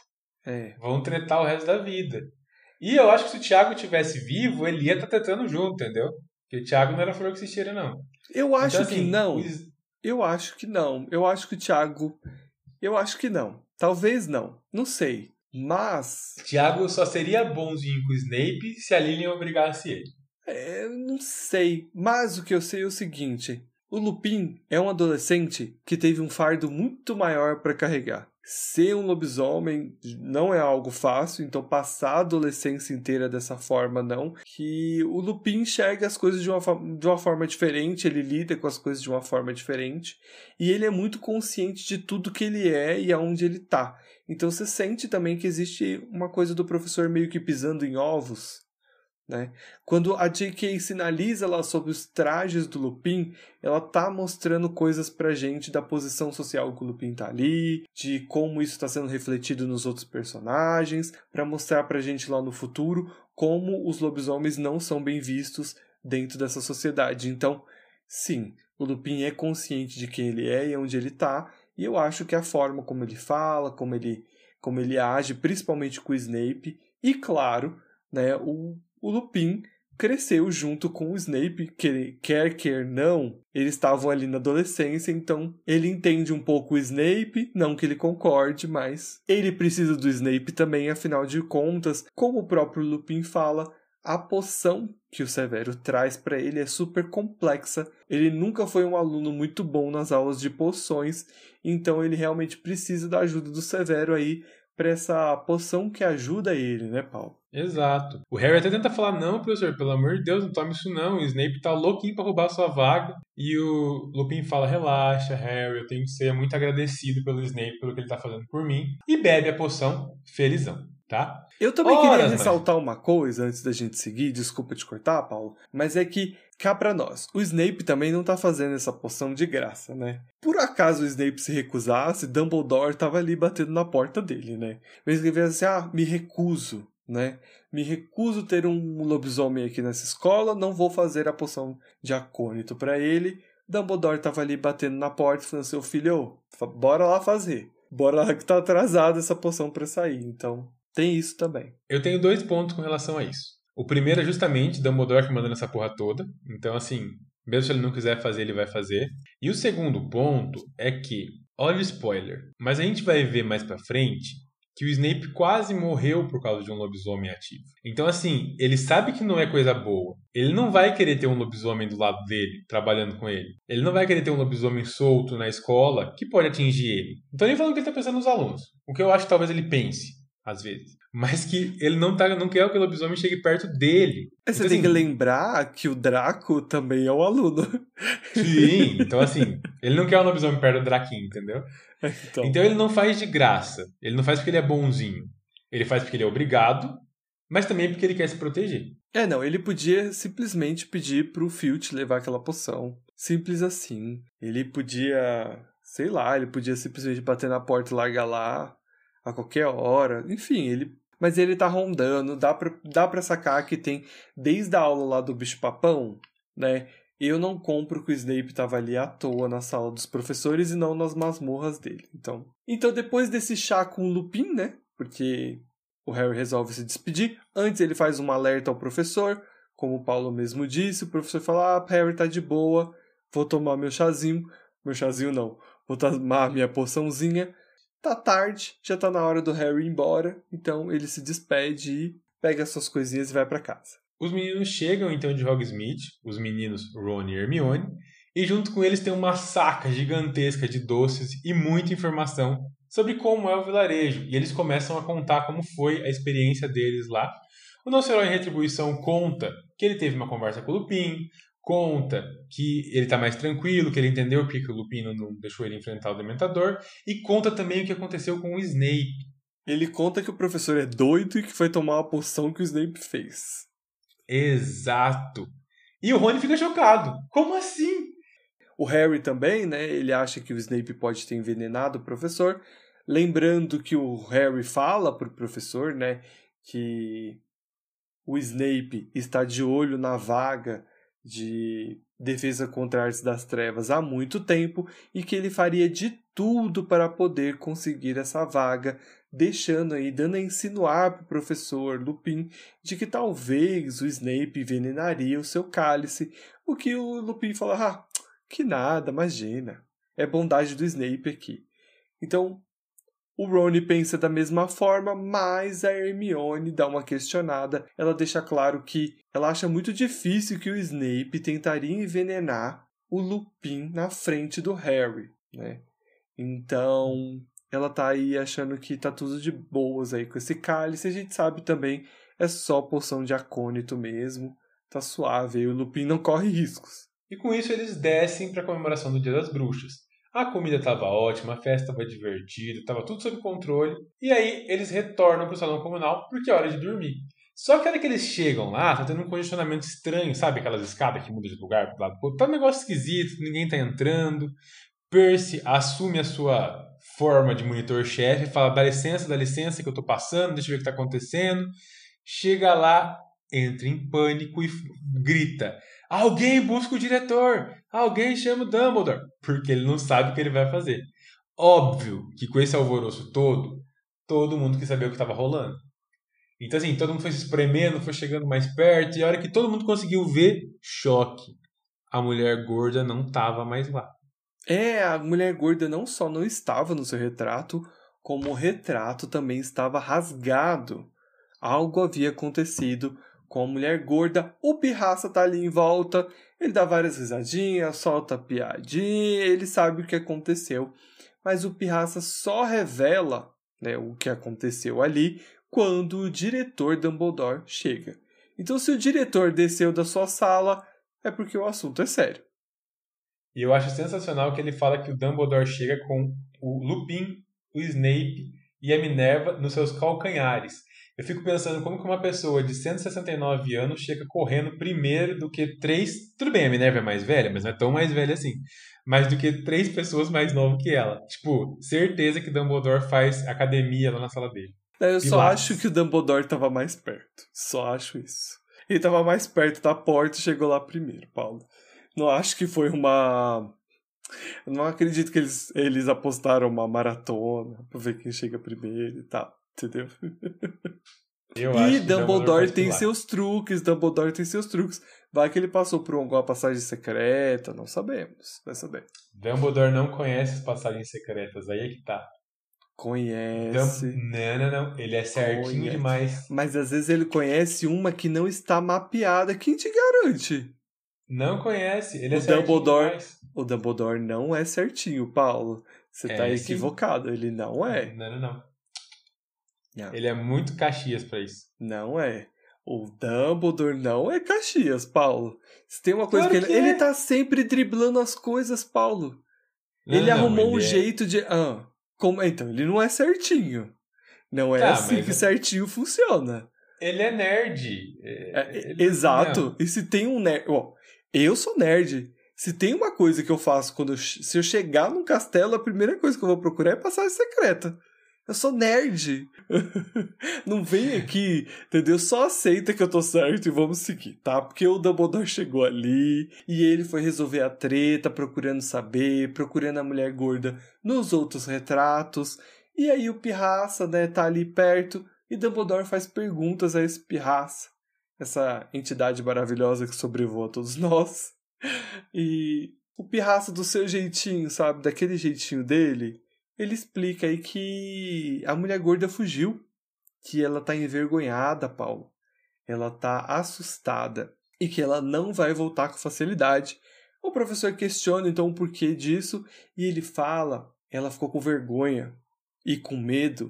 vão tretar o resto da vida. E eu acho que se o Thiago estivesse vivo, ele ia estar tretando junto, entendeu? Porque o Thiago não era flor que se cheira, não. Eu acho então, que assim, não. Eu acho que não. Eu acho que o Thiago... Eu acho que não. Talvez não. Não sei. Mas... Thiago só seria bonzinho com o Snape se a Lilian obrigasse ele. Não sei. Mas o que eu sei é o seguinte... O Lupin é um adolescente que teve um fardo muito maior para carregar. Ser um lobisomem não é algo fácil, então passar a adolescência inteira dessa forma não. Que o Lupin enxerga as coisas de uma forma diferente, ele lida com as coisas de uma forma diferente. E ele é muito consciente de tudo que ele é e aonde ele tá. Então você sente também que existe uma coisa do professor meio que pisando em ovos. Né? Quando a J.K. sinaliza lá sobre os trajes do Lupin, ela tá mostrando coisas pra gente da posição social que o Lupin tá ali, de como isso está sendo refletido nos outros personagens, para mostrar pra gente lá no futuro como os lobisomens não são bem vistos dentro dessa sociedade. Então, sim, o Lupin é consciente de quem ele é e onde ele tá, e eu acho que a forma como ele fala, como ele age, principalmente com o Snape, e claro, né, o Lupin cresceu junto com o Snape, quer não, eles estavam ali na adolescência, então ele entende um pouco o Snape, não que ele concorde, mas ele precisa do Snape também, afinal de contas, como o próprio Lupin fala, a poção que o Severo traz para ele é super complexa, ele nunca foi um aluno muito bom nas aulas de poções, então ele realmente precisa da ajuda do Severo aí, para essa poção que ajuda ele, né, Paulo? Exato. O Harry até tenta falar, não, professor, pelo amor de Deus, não tome isso não. O Snape tá louquinho pra roubar a sua vaga. E o Lupin fala, relaxa, Harry, eu tenho que ser muito agradecido pelo Snape, pelo que ele tá fazendo por mim. E bebe a poção, felizão, tá? Eu também queria ressaltar uma coisa antes da gente seguir, desculpa te cortar, Paulo, mas é que, cá pra nós, o Snape também não tá fazendo essa poção de graça, né? Por acaso o Snape se recusasse, Dumbledore tava ali batendo na porta dele, né? Mas ele veio assim, me recuso, né? Me recuso ter um lobisomem aqui nessa escola, não vou fazer a poção de acônito pra ele. Dumbledore tava ali batendo na porta, falando, seu filho, bora lá fazer. Bora lá que tá atrasada essa poção pra sair, então... Tem isso também. Eu tenho 2 pontos com relação a isso. O primeiro é justamente Dumbledore que manda nessa porra toda. Então, assim, mesmo se ele não quiser fazer, ele vai fazer. E o segundo ponto é que, olha o spoiler, mas a gente vai ver mais pra frente que o Snape quase morreu por causa de um lobisomem ativo. Então, assim, ele sabe que não é coisa boa. Ele não vai querer ter um lobisomem do lado dele, trabalhando com ele. Ele não vai querer ter um lobisomem solto na escola que pode atingir ele. Não tô nem falando que ele tá pensando nos alunos. O que eu acho que talvez ele pense, às vezes. Mas que ele não quer que o lobisomem chegue perto dele. Você Então, tem que assim, lembrar que o Draco também é um aluno. sim, então assim, ele não quer um lobisomem perto do Draquinho, entendeu? Então ele não faz de graça. Ele não faz porque ele é bonzinho. Ele faz porque ele é obrigado, mas também porque ele quer se proteger. Não, ele podia simplesmente pedir pro Filch levar aquela poção. Simples assim. Ele podia, sei lá, ele podia simplesmente bater na porta e largar lá a qualquer hora. Enfim, mas ele tá rondando, dá pra sacar que tem, desde a aula lá do bicho-papão, né? Eu não compro que o Snape tava ali à toa na sala dos professores e não nas masmorras dele. Então depois desse chá com o Lupin, né? Porque o Harry resolve se despedir. Antes ele faz um alerta ao professor, como o Paulo mesmo disse. O professor fala, Harry tá de boa, vou tomar meu chazinho. Meu chazinho não, vou tomar minha poçãozinha. Tá tarde, já tá na hora do Harry ir embora. Então ele se despede e pega suas coisinhas e vai pra casa. Os meninos chegam então de Hogsmeade, os meninos Ron e Hermione, e junto com eles tem uma saca gigantesca de doces e muita informação sobre como é o vilarejo. E eles começam a contar como foi a experiência deles lá. O nosso herói em retribuição conta que ele teve uma conversa com o Lupin, conta que ele tá mais tranquilo, que ele entendeu porque o Lupin não deixou ele enfrentar o Dementador, e conta também o que aconteceu com o Snape. Ele conta que o professor é doido e que foi tomar uma poção que o Snape fez. Exato. E o Rony fica chocado. Como assim? O Harry também, né? Ele acha que o Snape pode ter envenenado o professor. Lembrando que o Harry fala pro professor, né? Que o Snape está de olho na vaga de defesa contra artes das trevas há muito tempo e que ele faria de tudo para poder conseguir essa vaga, dando a insinuar para o professor Lupin de que talvez o Snape envenenaria o seu cálice, o que o Lupin fala, que nada, imagina, é bondade do Snape aqui. Então, o Rony pensa da mesma forma, mas a Hermione dá uma questionada. Ela deixa claro que ela acha muito difícil que o Snape tentaria envenenar o Lupin na frente do Harry, né? Então, ela tá aí achando que tá tudo de boas aí com esse cálice. A gente sabe também, é só poção de acônito mesmo. Tá suave aí, o Lupin não corre riscos. E com isso eles descem para a comemoração do Dia das Bruxas. A comida estava ótima, a festa estava divertida, estava tudo sob controle. E aí eles retornam para o salão comunal porque é hora de dormir. Só que a hora que eles chegam lá, tá tendo um congestionamento estranho, sabe? Aquelas escadas que mudam de lugar pro lado do outro. Tá um negócio esquisito, ninguém tá entrando. Percy assume a sua forma de monitor-chefe e fala, dá licença que eu tô passando, deixa eu ver o que tá acontecendo. Chega lá, entra em pânico e grita, alguém busca o diretor, alguém chama o Dumbledore, porque ele não sabe o que ele vai fazer. Óbvio que com esse alvoroço todo mundo quis saber o que estava rolando. Então assim, todo mundo foi se espremendo, foi chegando mais perto, e a hora que todo mundo conseguiu ver, choque. A mulher gorda não estava mais lá. A mulher gorda não só não estava no seu retrato, como o retrato também estava rasgado. Algo havia acontecido com a mulher gorda. O Pirraça tá ali em volta, ele dá várias risadinhas, solta piadinha, ele sabe o que aconteceu. Mas o Pirraça só revela, né, o que aconteceu ali quando o diretor Dumbledore chega. Então, se o diretor desceu da sua sala, é porque o assunto é sério. E eu acho sensacional que ele fala que o Dumbledore chega com o Lupin, o Snape e a Minerva nos seus calcanhares. Eu fico pensando como que uma pessoa de 169 anos chega correndo primeiro do que 3... Tudo bem, a Minerva é mais velha, mas não é tão mais velha assim. Mais do que 3 pessoas mais novas que ela. Tipo, certeza que Dumbledore faz academia lá na sala dele. Eu só acho que o Dumbledore estava mais perto. Só acho isso. Ele estava mais perto da porta e chegou lá primeiro, Paulo. Não acho que foi uma... Eu não acredito que eles apostaram uma maratona pra ver quem chega primeiro e tal. Entendeu? E Dumbledore tem seus truques. Dumbledore tem seus truques. Vai que ele passou por alguma passagem secreta. Não sabemos. Vai saber. Dumbledore não conhece as passagens secretas. Aí é que tá. Conhece. Não. Ele é certinho Conhece. demais. Mas às vezes ele conhece uma que não está mapeada. Quem te garante? Não conhece. Ele é O certinho Dumbledore. demais. O Dumbledore não é certinho, Paulo. Você tá Sim. equivocado. Ele não é. Não. Não. Ele é muito Caxias pra isso. Não é. O Dumbledore não é Caxias, Paulo. Se tem uma coisa Claro que que ele é. tá sempre driblando as coisas, Paulo. Ele Não, arrumou um ele é- jeito de. Como? Então, ele não é certinho. Não é Tá, assim mas que certinho funciona. Ele é nerd. Exato. Não. E se tem um nerd. Eu sou nerd. Se tem uma coisa que eu faço se eu chegar num castelo, a primeira coisa que eu vou procurar é passagem secreta. Eu sou nerd. Não vem aqui, entendeu? Só aceita que eu tô certo e vamos seguir, tá? Porque o Dumbledore chegou ali e ele foi resolver a treta, procurando saber, procurando a mulher gorda nos outros retratos. E aí o Pirraça, né, tá ali perto e Dumbledore faz perguntas a esse Pirraça, essa entidade maravilhosa que sobrevoa a todos nós. E o Pirraça do seu jeitinho, sabe? Daquele jeitinho dele, ele explica aí que a mulher gorda fugiu, que ela tá envergonhada, Paulo. Ela tá assustada e que ela não vai voltar com facilidade. O professor questiona então o porquê disso e ele fala, ela ficou com vergonha e com medo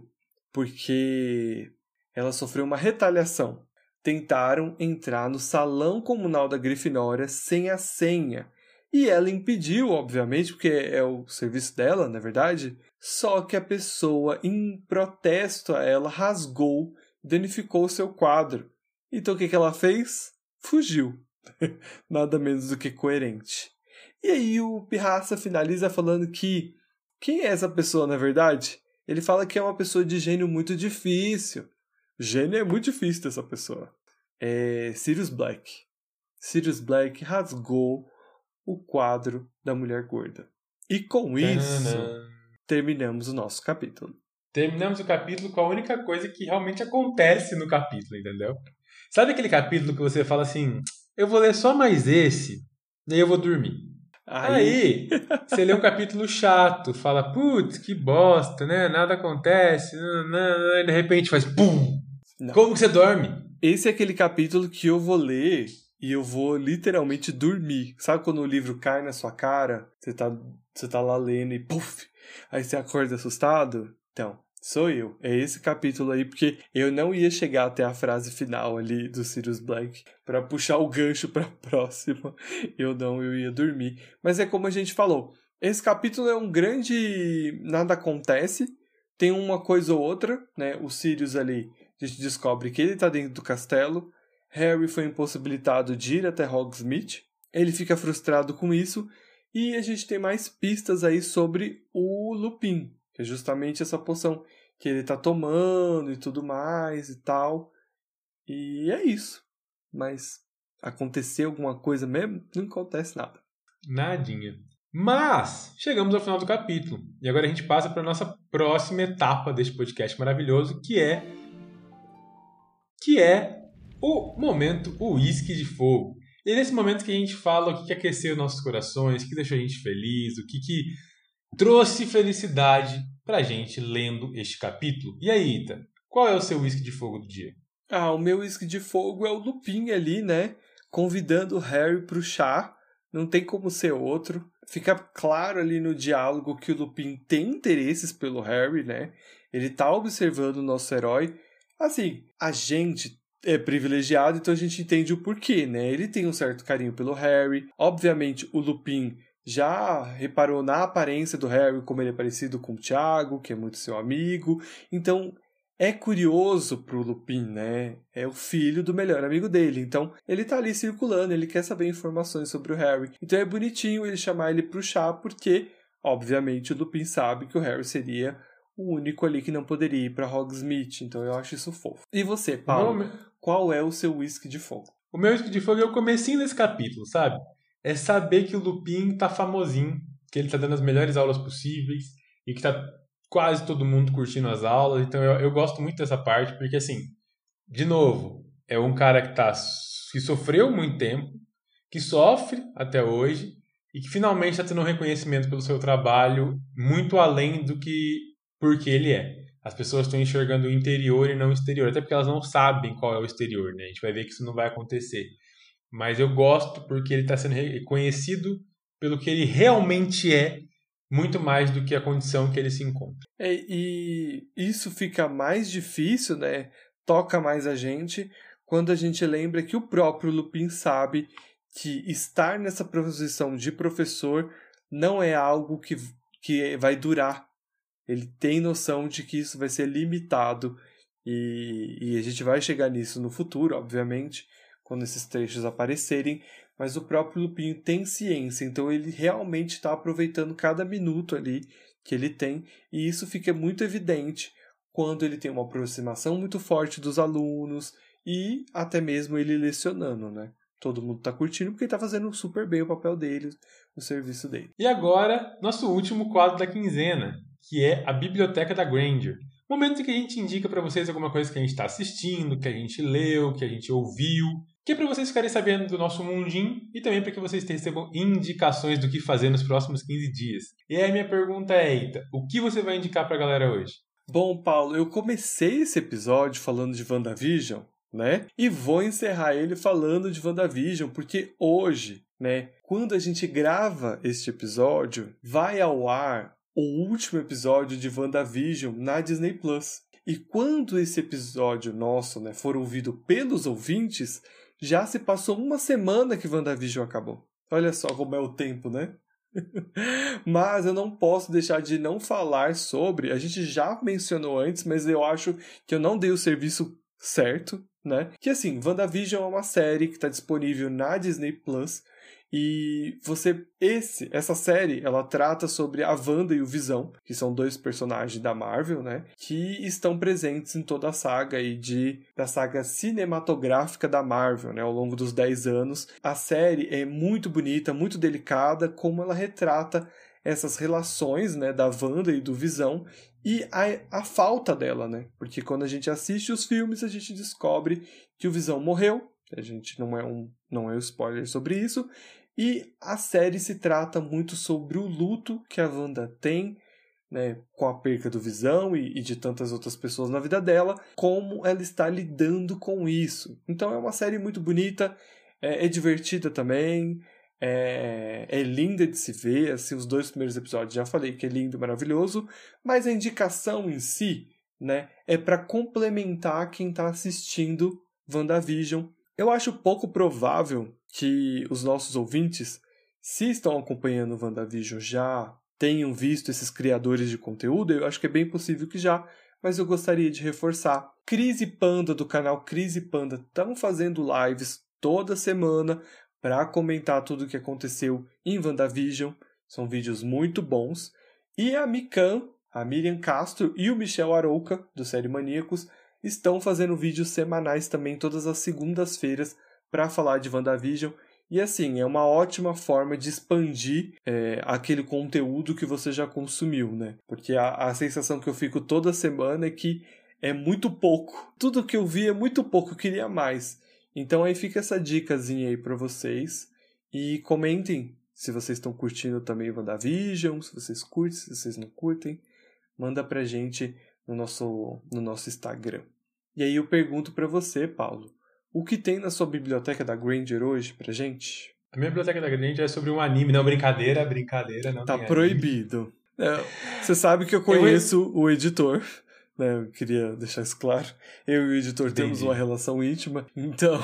porque ela sofreu uma retaliação. Tentaram entrar no salão comunal da Grifinória sem a senha. E ela impediu, obviamente, porque é o serviço dela, na verdade. Só que a pessoa, em protesto a ela, rasgou, danificou o seu quadro. Então o que ela fez? Fugiu. Nada menos do que coerente. E aí o Pirraça finaliza falando que quem é essa pessoa, na verdade? Ele fala que é uma pessoa de gênio muito difícil. Gênio é muito difícil dessa pessoa. É Sirius Black. Sirius Black rasgou o quadro da mulher gorda. E com isso, terminamos o nosso capítulo. Terminamos o capítulo com a única coisa que realmente acontece no capítulo, entendeu? Sabe aquele capítulo que você fala assim, eu vou ler só mais esse, e aí eu vou dormir. Aí você lê um capítulo chato, fala, putz, que bosta, né? Nada acontece, e de repente faz pum! Não. Como que você dorme? Esse é aquele capítulo que eu vou ler e eu vou literalmente dormir. Sabe quando o livro cai na sua cara? Você tá lá lendo e puf! Aí você acorda assustado? Então, sou eu. É esse capítulo aí, porque eu não ia chegar até a frase final ali do Sirius Black pra puxar o gancho pra próxima. Eu ia dormir. Mas é como a gente falou. Esse capítulo é um grande... Nada acontece. Tem uma coisa ou outra, né? O Sirius ali, a gente descobre que ele tá dentro do castelo. Harry foi impossibilitado de ir até Hogsmeade. Ele fica frustrado com isso. E a gente tem mais pistas aí sobre o Lupin, que é justamente essa poção que ele tá tomando e tudo mais e tal. E é isso. Mas aconteceu alguma coisa mesmo? Não acontece nada. Nadinha. Mas chegamos ao final do capítulo. E agora a gente passa para a nossa próxima etapa deste podcast maravilhoso, que é o momento Uísque de Fogo. E é nesse momento que a gente fala o que aqueceu nossos corações, o que deixou a gente feliz, o que trouxe felicidade pra gente lendo este capítulo. E aí, Ita, qual é o seu uísque de fogo do dia? O meu uísque de fogo é o Lupin ali, né? Convidando o Harry pro chá. Não tem como ser outro. Fica claro ali no diálogo que o Lupin tem interesses pelo Harry, né? Ele tá observando o nosso herói. Assim, a gente é privilegiado, então a gente entende o porquê, né? Ele tem um certo carinho pelo Harry. Obviamente, o Lupin já reparou na aparência do Harry, como ele é parecido com o Tiago, que é muito seu amigo. Então, é curioso pro Lupin, né? É o filho do melhor amigo dele. Então, ele tá ali circulando, ele quer saber informações sobre o Harry. Então, é bonitinho ele chamar ele pro chá, porque, obviamente, o Lupin sabe que o Harry seria o único ali que não poderia ir pra Hogsmeade. Então, eu acho isso fofo. E você, Paulo? Qual é o seu uísque de fogo? O meu uísque de fogo é o comecinho desse capítulo, sabe? É saber que o Lupin tá famosinho, que ele tá dando as melhores aulas possíveis e que tá quase todo mundo curtindo as aulas. Então eu gosto muito dessa parte, porque assim, de novo, é um cara que sofreu muito tempo, que sofre até hoje e que finalmente está tendo um reconhecimento pelo seu trabalho muito além do que porque ele é. As pessoas estão enxergando o interior e não o exterior, até porque elas não sabem qual é o exterior, né? A gente vai ver que isso não vai acontecer. Mas eu gosto porque ele está sendo reconhecido pelo que ele realmente é, muito mais do que a condição que ele se encontra. E isso fica mais difícil, né? Toca mais a gente quando a gente lembra que o próprio Lupin sabe que estar nessa posição de professor não é algo que vai durar. Ele tem noção de que isso vai ser limitado e a gente vai chegar nisso no futuro, obviamente, quando esses trechos aparecerem, mas o próprio Lupin tem ciência, então ele realmente está aproveitando cada minuto ali que ele tem, e isso fica muito evidente quando ele tem uma aproximação muito forte dos alunos e até mesmo ele lecionando, né? Todo mundo está curtindo porque ele está fazendo super bem o papel dele, o serviço dele. E agora, nosso último quadro da quinzena, que é a Biblioteca da Granger. Momento em que a gente indica para vocês alguma coisa que a gente está assistindo, que a gente leu, que a gente ouviu, que é para vocês ficarem sabendo do nosso mundinho e também para que vocês recebam indicações do que fazer nos próximos 15 dias. E aí a minha pergunta é, Eita, o que você vai indicar para a galera hoje? Bom, Paulo, eu comecei esse episódio falando de WandaVision, né? E vou encerrar ele falando de WandaVision, porque hoje, né, quando a gente grava este episódio, vai ao ar o último episódio de WandaVision na Disney Plus. E quando esse episódio nosso, né, for ouvido pelos ouvintes, já se passou uma semana que WandaVision acabou. Olha só como é o tempo, né? Mas eu não posso deixar de não falar sobre. A gente já mencionou antes, mas eu acho que eu não dei o serviço certo, né? Que assim, WandaVision é uma série que está disponível na Disney Plus. E essa série, ela trata sobre a Wanda e o Visão, que são dois personagens da Marvel, né? Que estão presentes em toda a saga da saga cinematográfica da Marvel, né? Ao longo dos 10 anos. A série é muito bonita, muito delicada, como ela retrata essas relações, né? Da Wanda e do Visão e a falta dela, né? Porque quando a gente assiste os filmes, a gente descobre que o Visão morreu. A gente não é um spoiler sobre isso. E a série se trata muito sobre o luto que a Wanda tem, né, com a perca do Visão e de tantas outras pessoas na vida dela, como ela está lidando com isso. Então é uma série muito bonita, é divertida também, é linda de se ver. Assim, os 2 primeiros episódios já falei que é lindo, maravilhoso, mas a indicação em si, né, é para complementar quem está assistindo WandaVision. Eu acho pouco provável que os nossos ouvintes, se estão acompanhando o WandaVision, já tenham visto esses criadores de conteúdo. Eu acho que é bem possível que já, mas eu gostaria de reforçar. Cris e Panda, do canal Cris e Panda, estão fazendo lives toda semana para comentar tudo o que aconteceu em WandaVision. São vídeos muito bons. E a Mikan, a Miriam Castro e o Michel Arouca, do Série Maníacos, estão fazendo vídeos semanais também todas as segundas-feiras para falar de WandaVision. E assim, é uma ótima forma de expandir aquele conteúdo que você já consumiu, né? Porque a sensação que eu fico toda semana é que é muito pouco. Tudo que eu vi é muito pouco, eu queria mais. Então aí fica essa dicasinha aí para vocês. E comentem se vocês estão curtindo também WandaVision, se vocês curtem, se vocês não curtem. Manda pra gente no nosso Instagram. E aí eu pergunto para você, Paulo, o que tem na sua biblioteca da Granger hoje pra gente? A minha biblioteca da Granger é sobre um anime. Não, brincadeira, não tá tem proibido. Você sabe que eu conheço o editor, né? Eu queria deixar isso claro. Eu e o editor temos uma relação íntima, então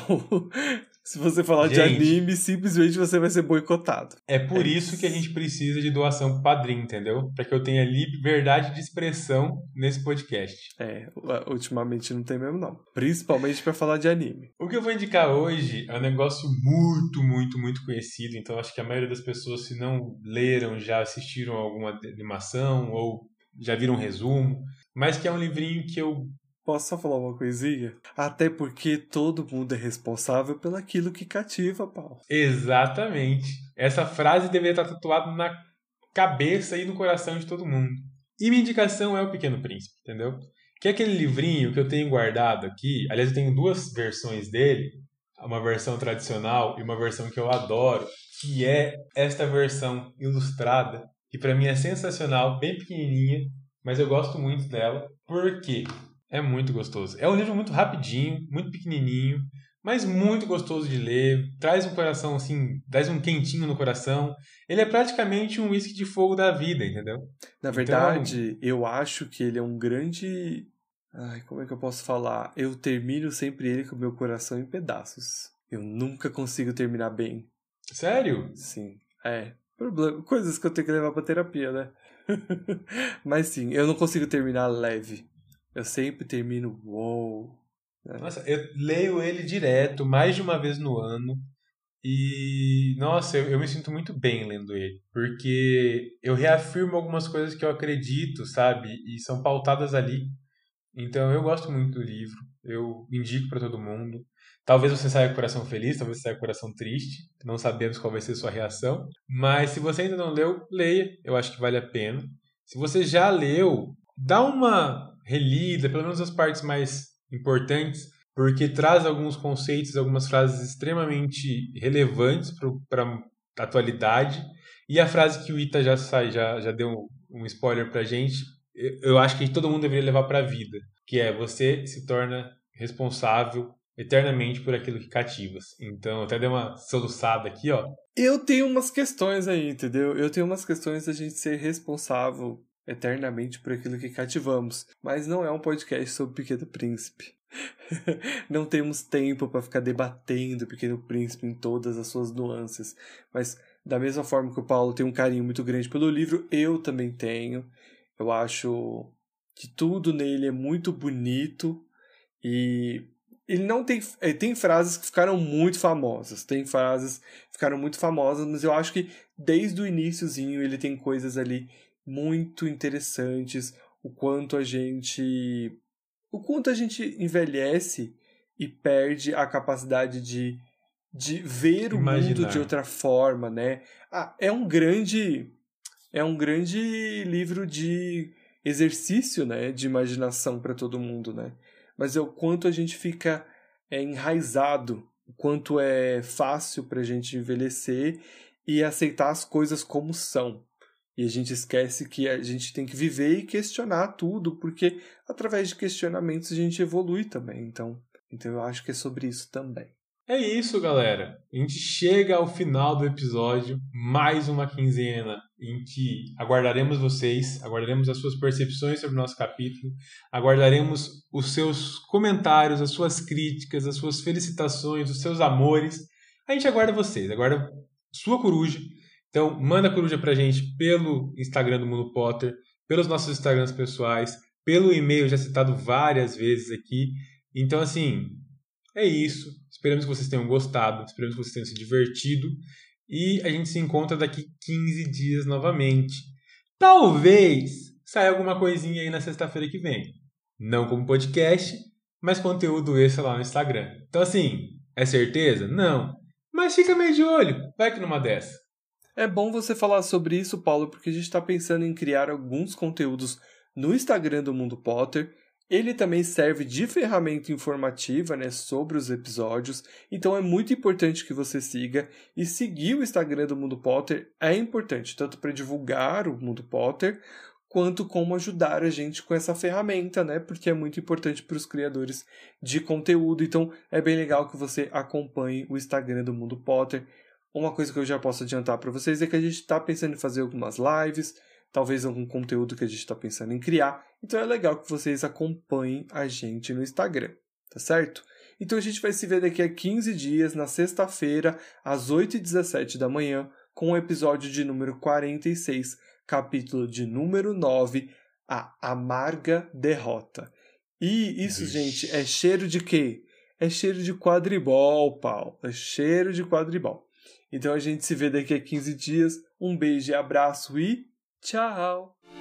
se você falar de anime, simplesmente você vai ser boicotado. É por isso que a gente precisa de doação pro padrinho, entendeu? Para que eu tenha liberdade de expressão nesse podcast. Ultimamente não tem mesmo não. Principalmente para falar de anime. O que eu vou indicar hoje é um negócio muito, muito, muito conhecido. Então acho que a maioria das pessoas, se não leram, já assistiram alguma animação ou já viram um resumo. Mas que é um livrinho que eu... Posso só falar uma coisinha? Até porque todo mundo é responsável pelo aquilo que cativa, Paulo. Exatamente. Essa frase deveria estar tatuada na cabeça e no coração de todo mundo. E minha indicação é O Pequeno Príncipe, entendeu? Que é aquele livrinho que eu tenho guardado aqui. Aliás, eu tenho 2 versões dele. Uma versão tradicional e uma versão que eu adoro. Que é esta versão ilustrada. Que para mim é sensacional, bem pequenininha. mas eu gosto muito dela porque é muito gostoso. É um livro muito rapidinho, muito pequenininho, mas muito gostoso de ler. Traz um coração assim, traz um quentinho no coração. Ele é praticamente um uísque de fogo da vida, entendeu? Na verdade, eu acho que ele é um grande... Ai, como é que eu posso falar? Eu termino sempre ele com o meu coração em pedaços. Eu nunca consigo terminar bem. Sério? Sim, problema, coisas que eu tenho que levar pra terapia, né? Mas sim, eu não consigo terminar leve. Eu sempre termino wow. Nossa, eu leio ele direto, mais de uma vez no ano. E, nossa, eu me sinto muito bem lendo ele. Porque eu reafirmo algumas coisas que eu acredito, sabe? E são pautadas ali. Então eu gosto muito do livro. Eu indico pra todo mundo. Talvez você saia com o coração feliz, talvez você saia com o coração triste. Não sabemos qual vai ser a sua reação. Mas se você ainda não leu, leia. Eu acho que vale a pena. Se você já leu, dá uma relida, pelo menos as partes mais importantes, porque traz alguns conceitos, algumas frases extremamente relevantes para a atualidade. E a frase que o Ita já deu um spoiler pra gente, eu acho que todo mundo deveria levar pra vida, que é: você se torna responsável eternamente por aquilo que cativas. Então, eu até dei uma soluçada aqui, ó. Eu tenho umas questões aí, entendeu? Eu tenho umas questões da gente ser responsável eternamente por aquilo que cativamos. Mas não é um podcast sobre Pequeno Príncipe. Não temos tempo para ficar debatendo o Pequeno Príncipe em todas as suas nuances. Mas, da mesma forma que o Paulo tem um carinho muito grande pelo livro, eu também tenho. Eu acho que tudo nele é muito bonito e ele não tem frases que ficaram muito famosas. Tem frases que ficaram muito famosas, mas eu acho que desde o iniciozinho ele tem coisas ali muito interessantes. O quanto a gente envelhece e perde a capacidade de ver o mundo de outra forma, né? É um grande livro de exercício, né? De imaginação para todo mundo, né? Mas é o quanto a gente fica enraizado, o quanto é fácil para a gente envelhecer e aceitar as coisas como são. E a gente esquece que a gente tem que viver e questionar tudo, porque através de questionamentos a gente evolui também. Então eu acho que é sobre isso também. É isso, galera. A gente chega ao final do episódio, mais uma quinzena em que aguardaremos vocês, aguardaremos as suas percepções sobre o nosso capítulo, aguardaremos os seus comentários, as suas críticas, as suas felicitações, os seus amores. A gente aguarda vocês, aguarda sua coruja. Então, manda a coruja pra gente pelo Instagram do Mundo Potter, pelos nossos Instagrams pessoais, pelo e-mail já citado várias vezes aqui. Então, assim, é isso. Esperamos que vocês tenham gostado, esperamos que vocês tenham se divertido. E a gente se encontra daqui 15 dias novamente. Talvez saia alguma coisinha aí na sexta-feira que vem. Não como podcast, mas conteúdo extra lá no Instagram. Então, assim, é certeza? Não. Mas fica meio de olho, vai que numa dessa. É bom você falar sobre isso, Paulo, porque a gente está pensando em criar alguns conteúdos no Instagram do Mundo Potter. Ele também serve de ferramenta informativa, né, sobre os episódios, então é muito importante que você siga. E seguir o Instagram do Mundo Potter é importante, tanto para divulgar o Mundo Potter, quanto como ajudar a gente com essa ferramenta, né, porque é muito importante para os criadores de conteúdo. Então é bem legal que você acompanhe o Instagram do Mundo Potter. Uma coisa que eu já posso adiantar para vocês é que a gente está pensando em fazer algumas lives, talvez algum conteúdo que a gente está pensando em criar. Então é legal que vocês acompanhem a gente no Instagram, tá certo? Então a gente vai se ver daqui a 15 dias, na sexta-feira, às 8h17 da manhã, com o episódio de número 46, capítulo de número 9, A Amarga Derrota. E isso, gente, é cheiro de quê? É cheiro de quadribol, Paulo. É cheiro de quadribol. Então a gente se vê daqui a 15 dias. Um beijo e abraço e tchau!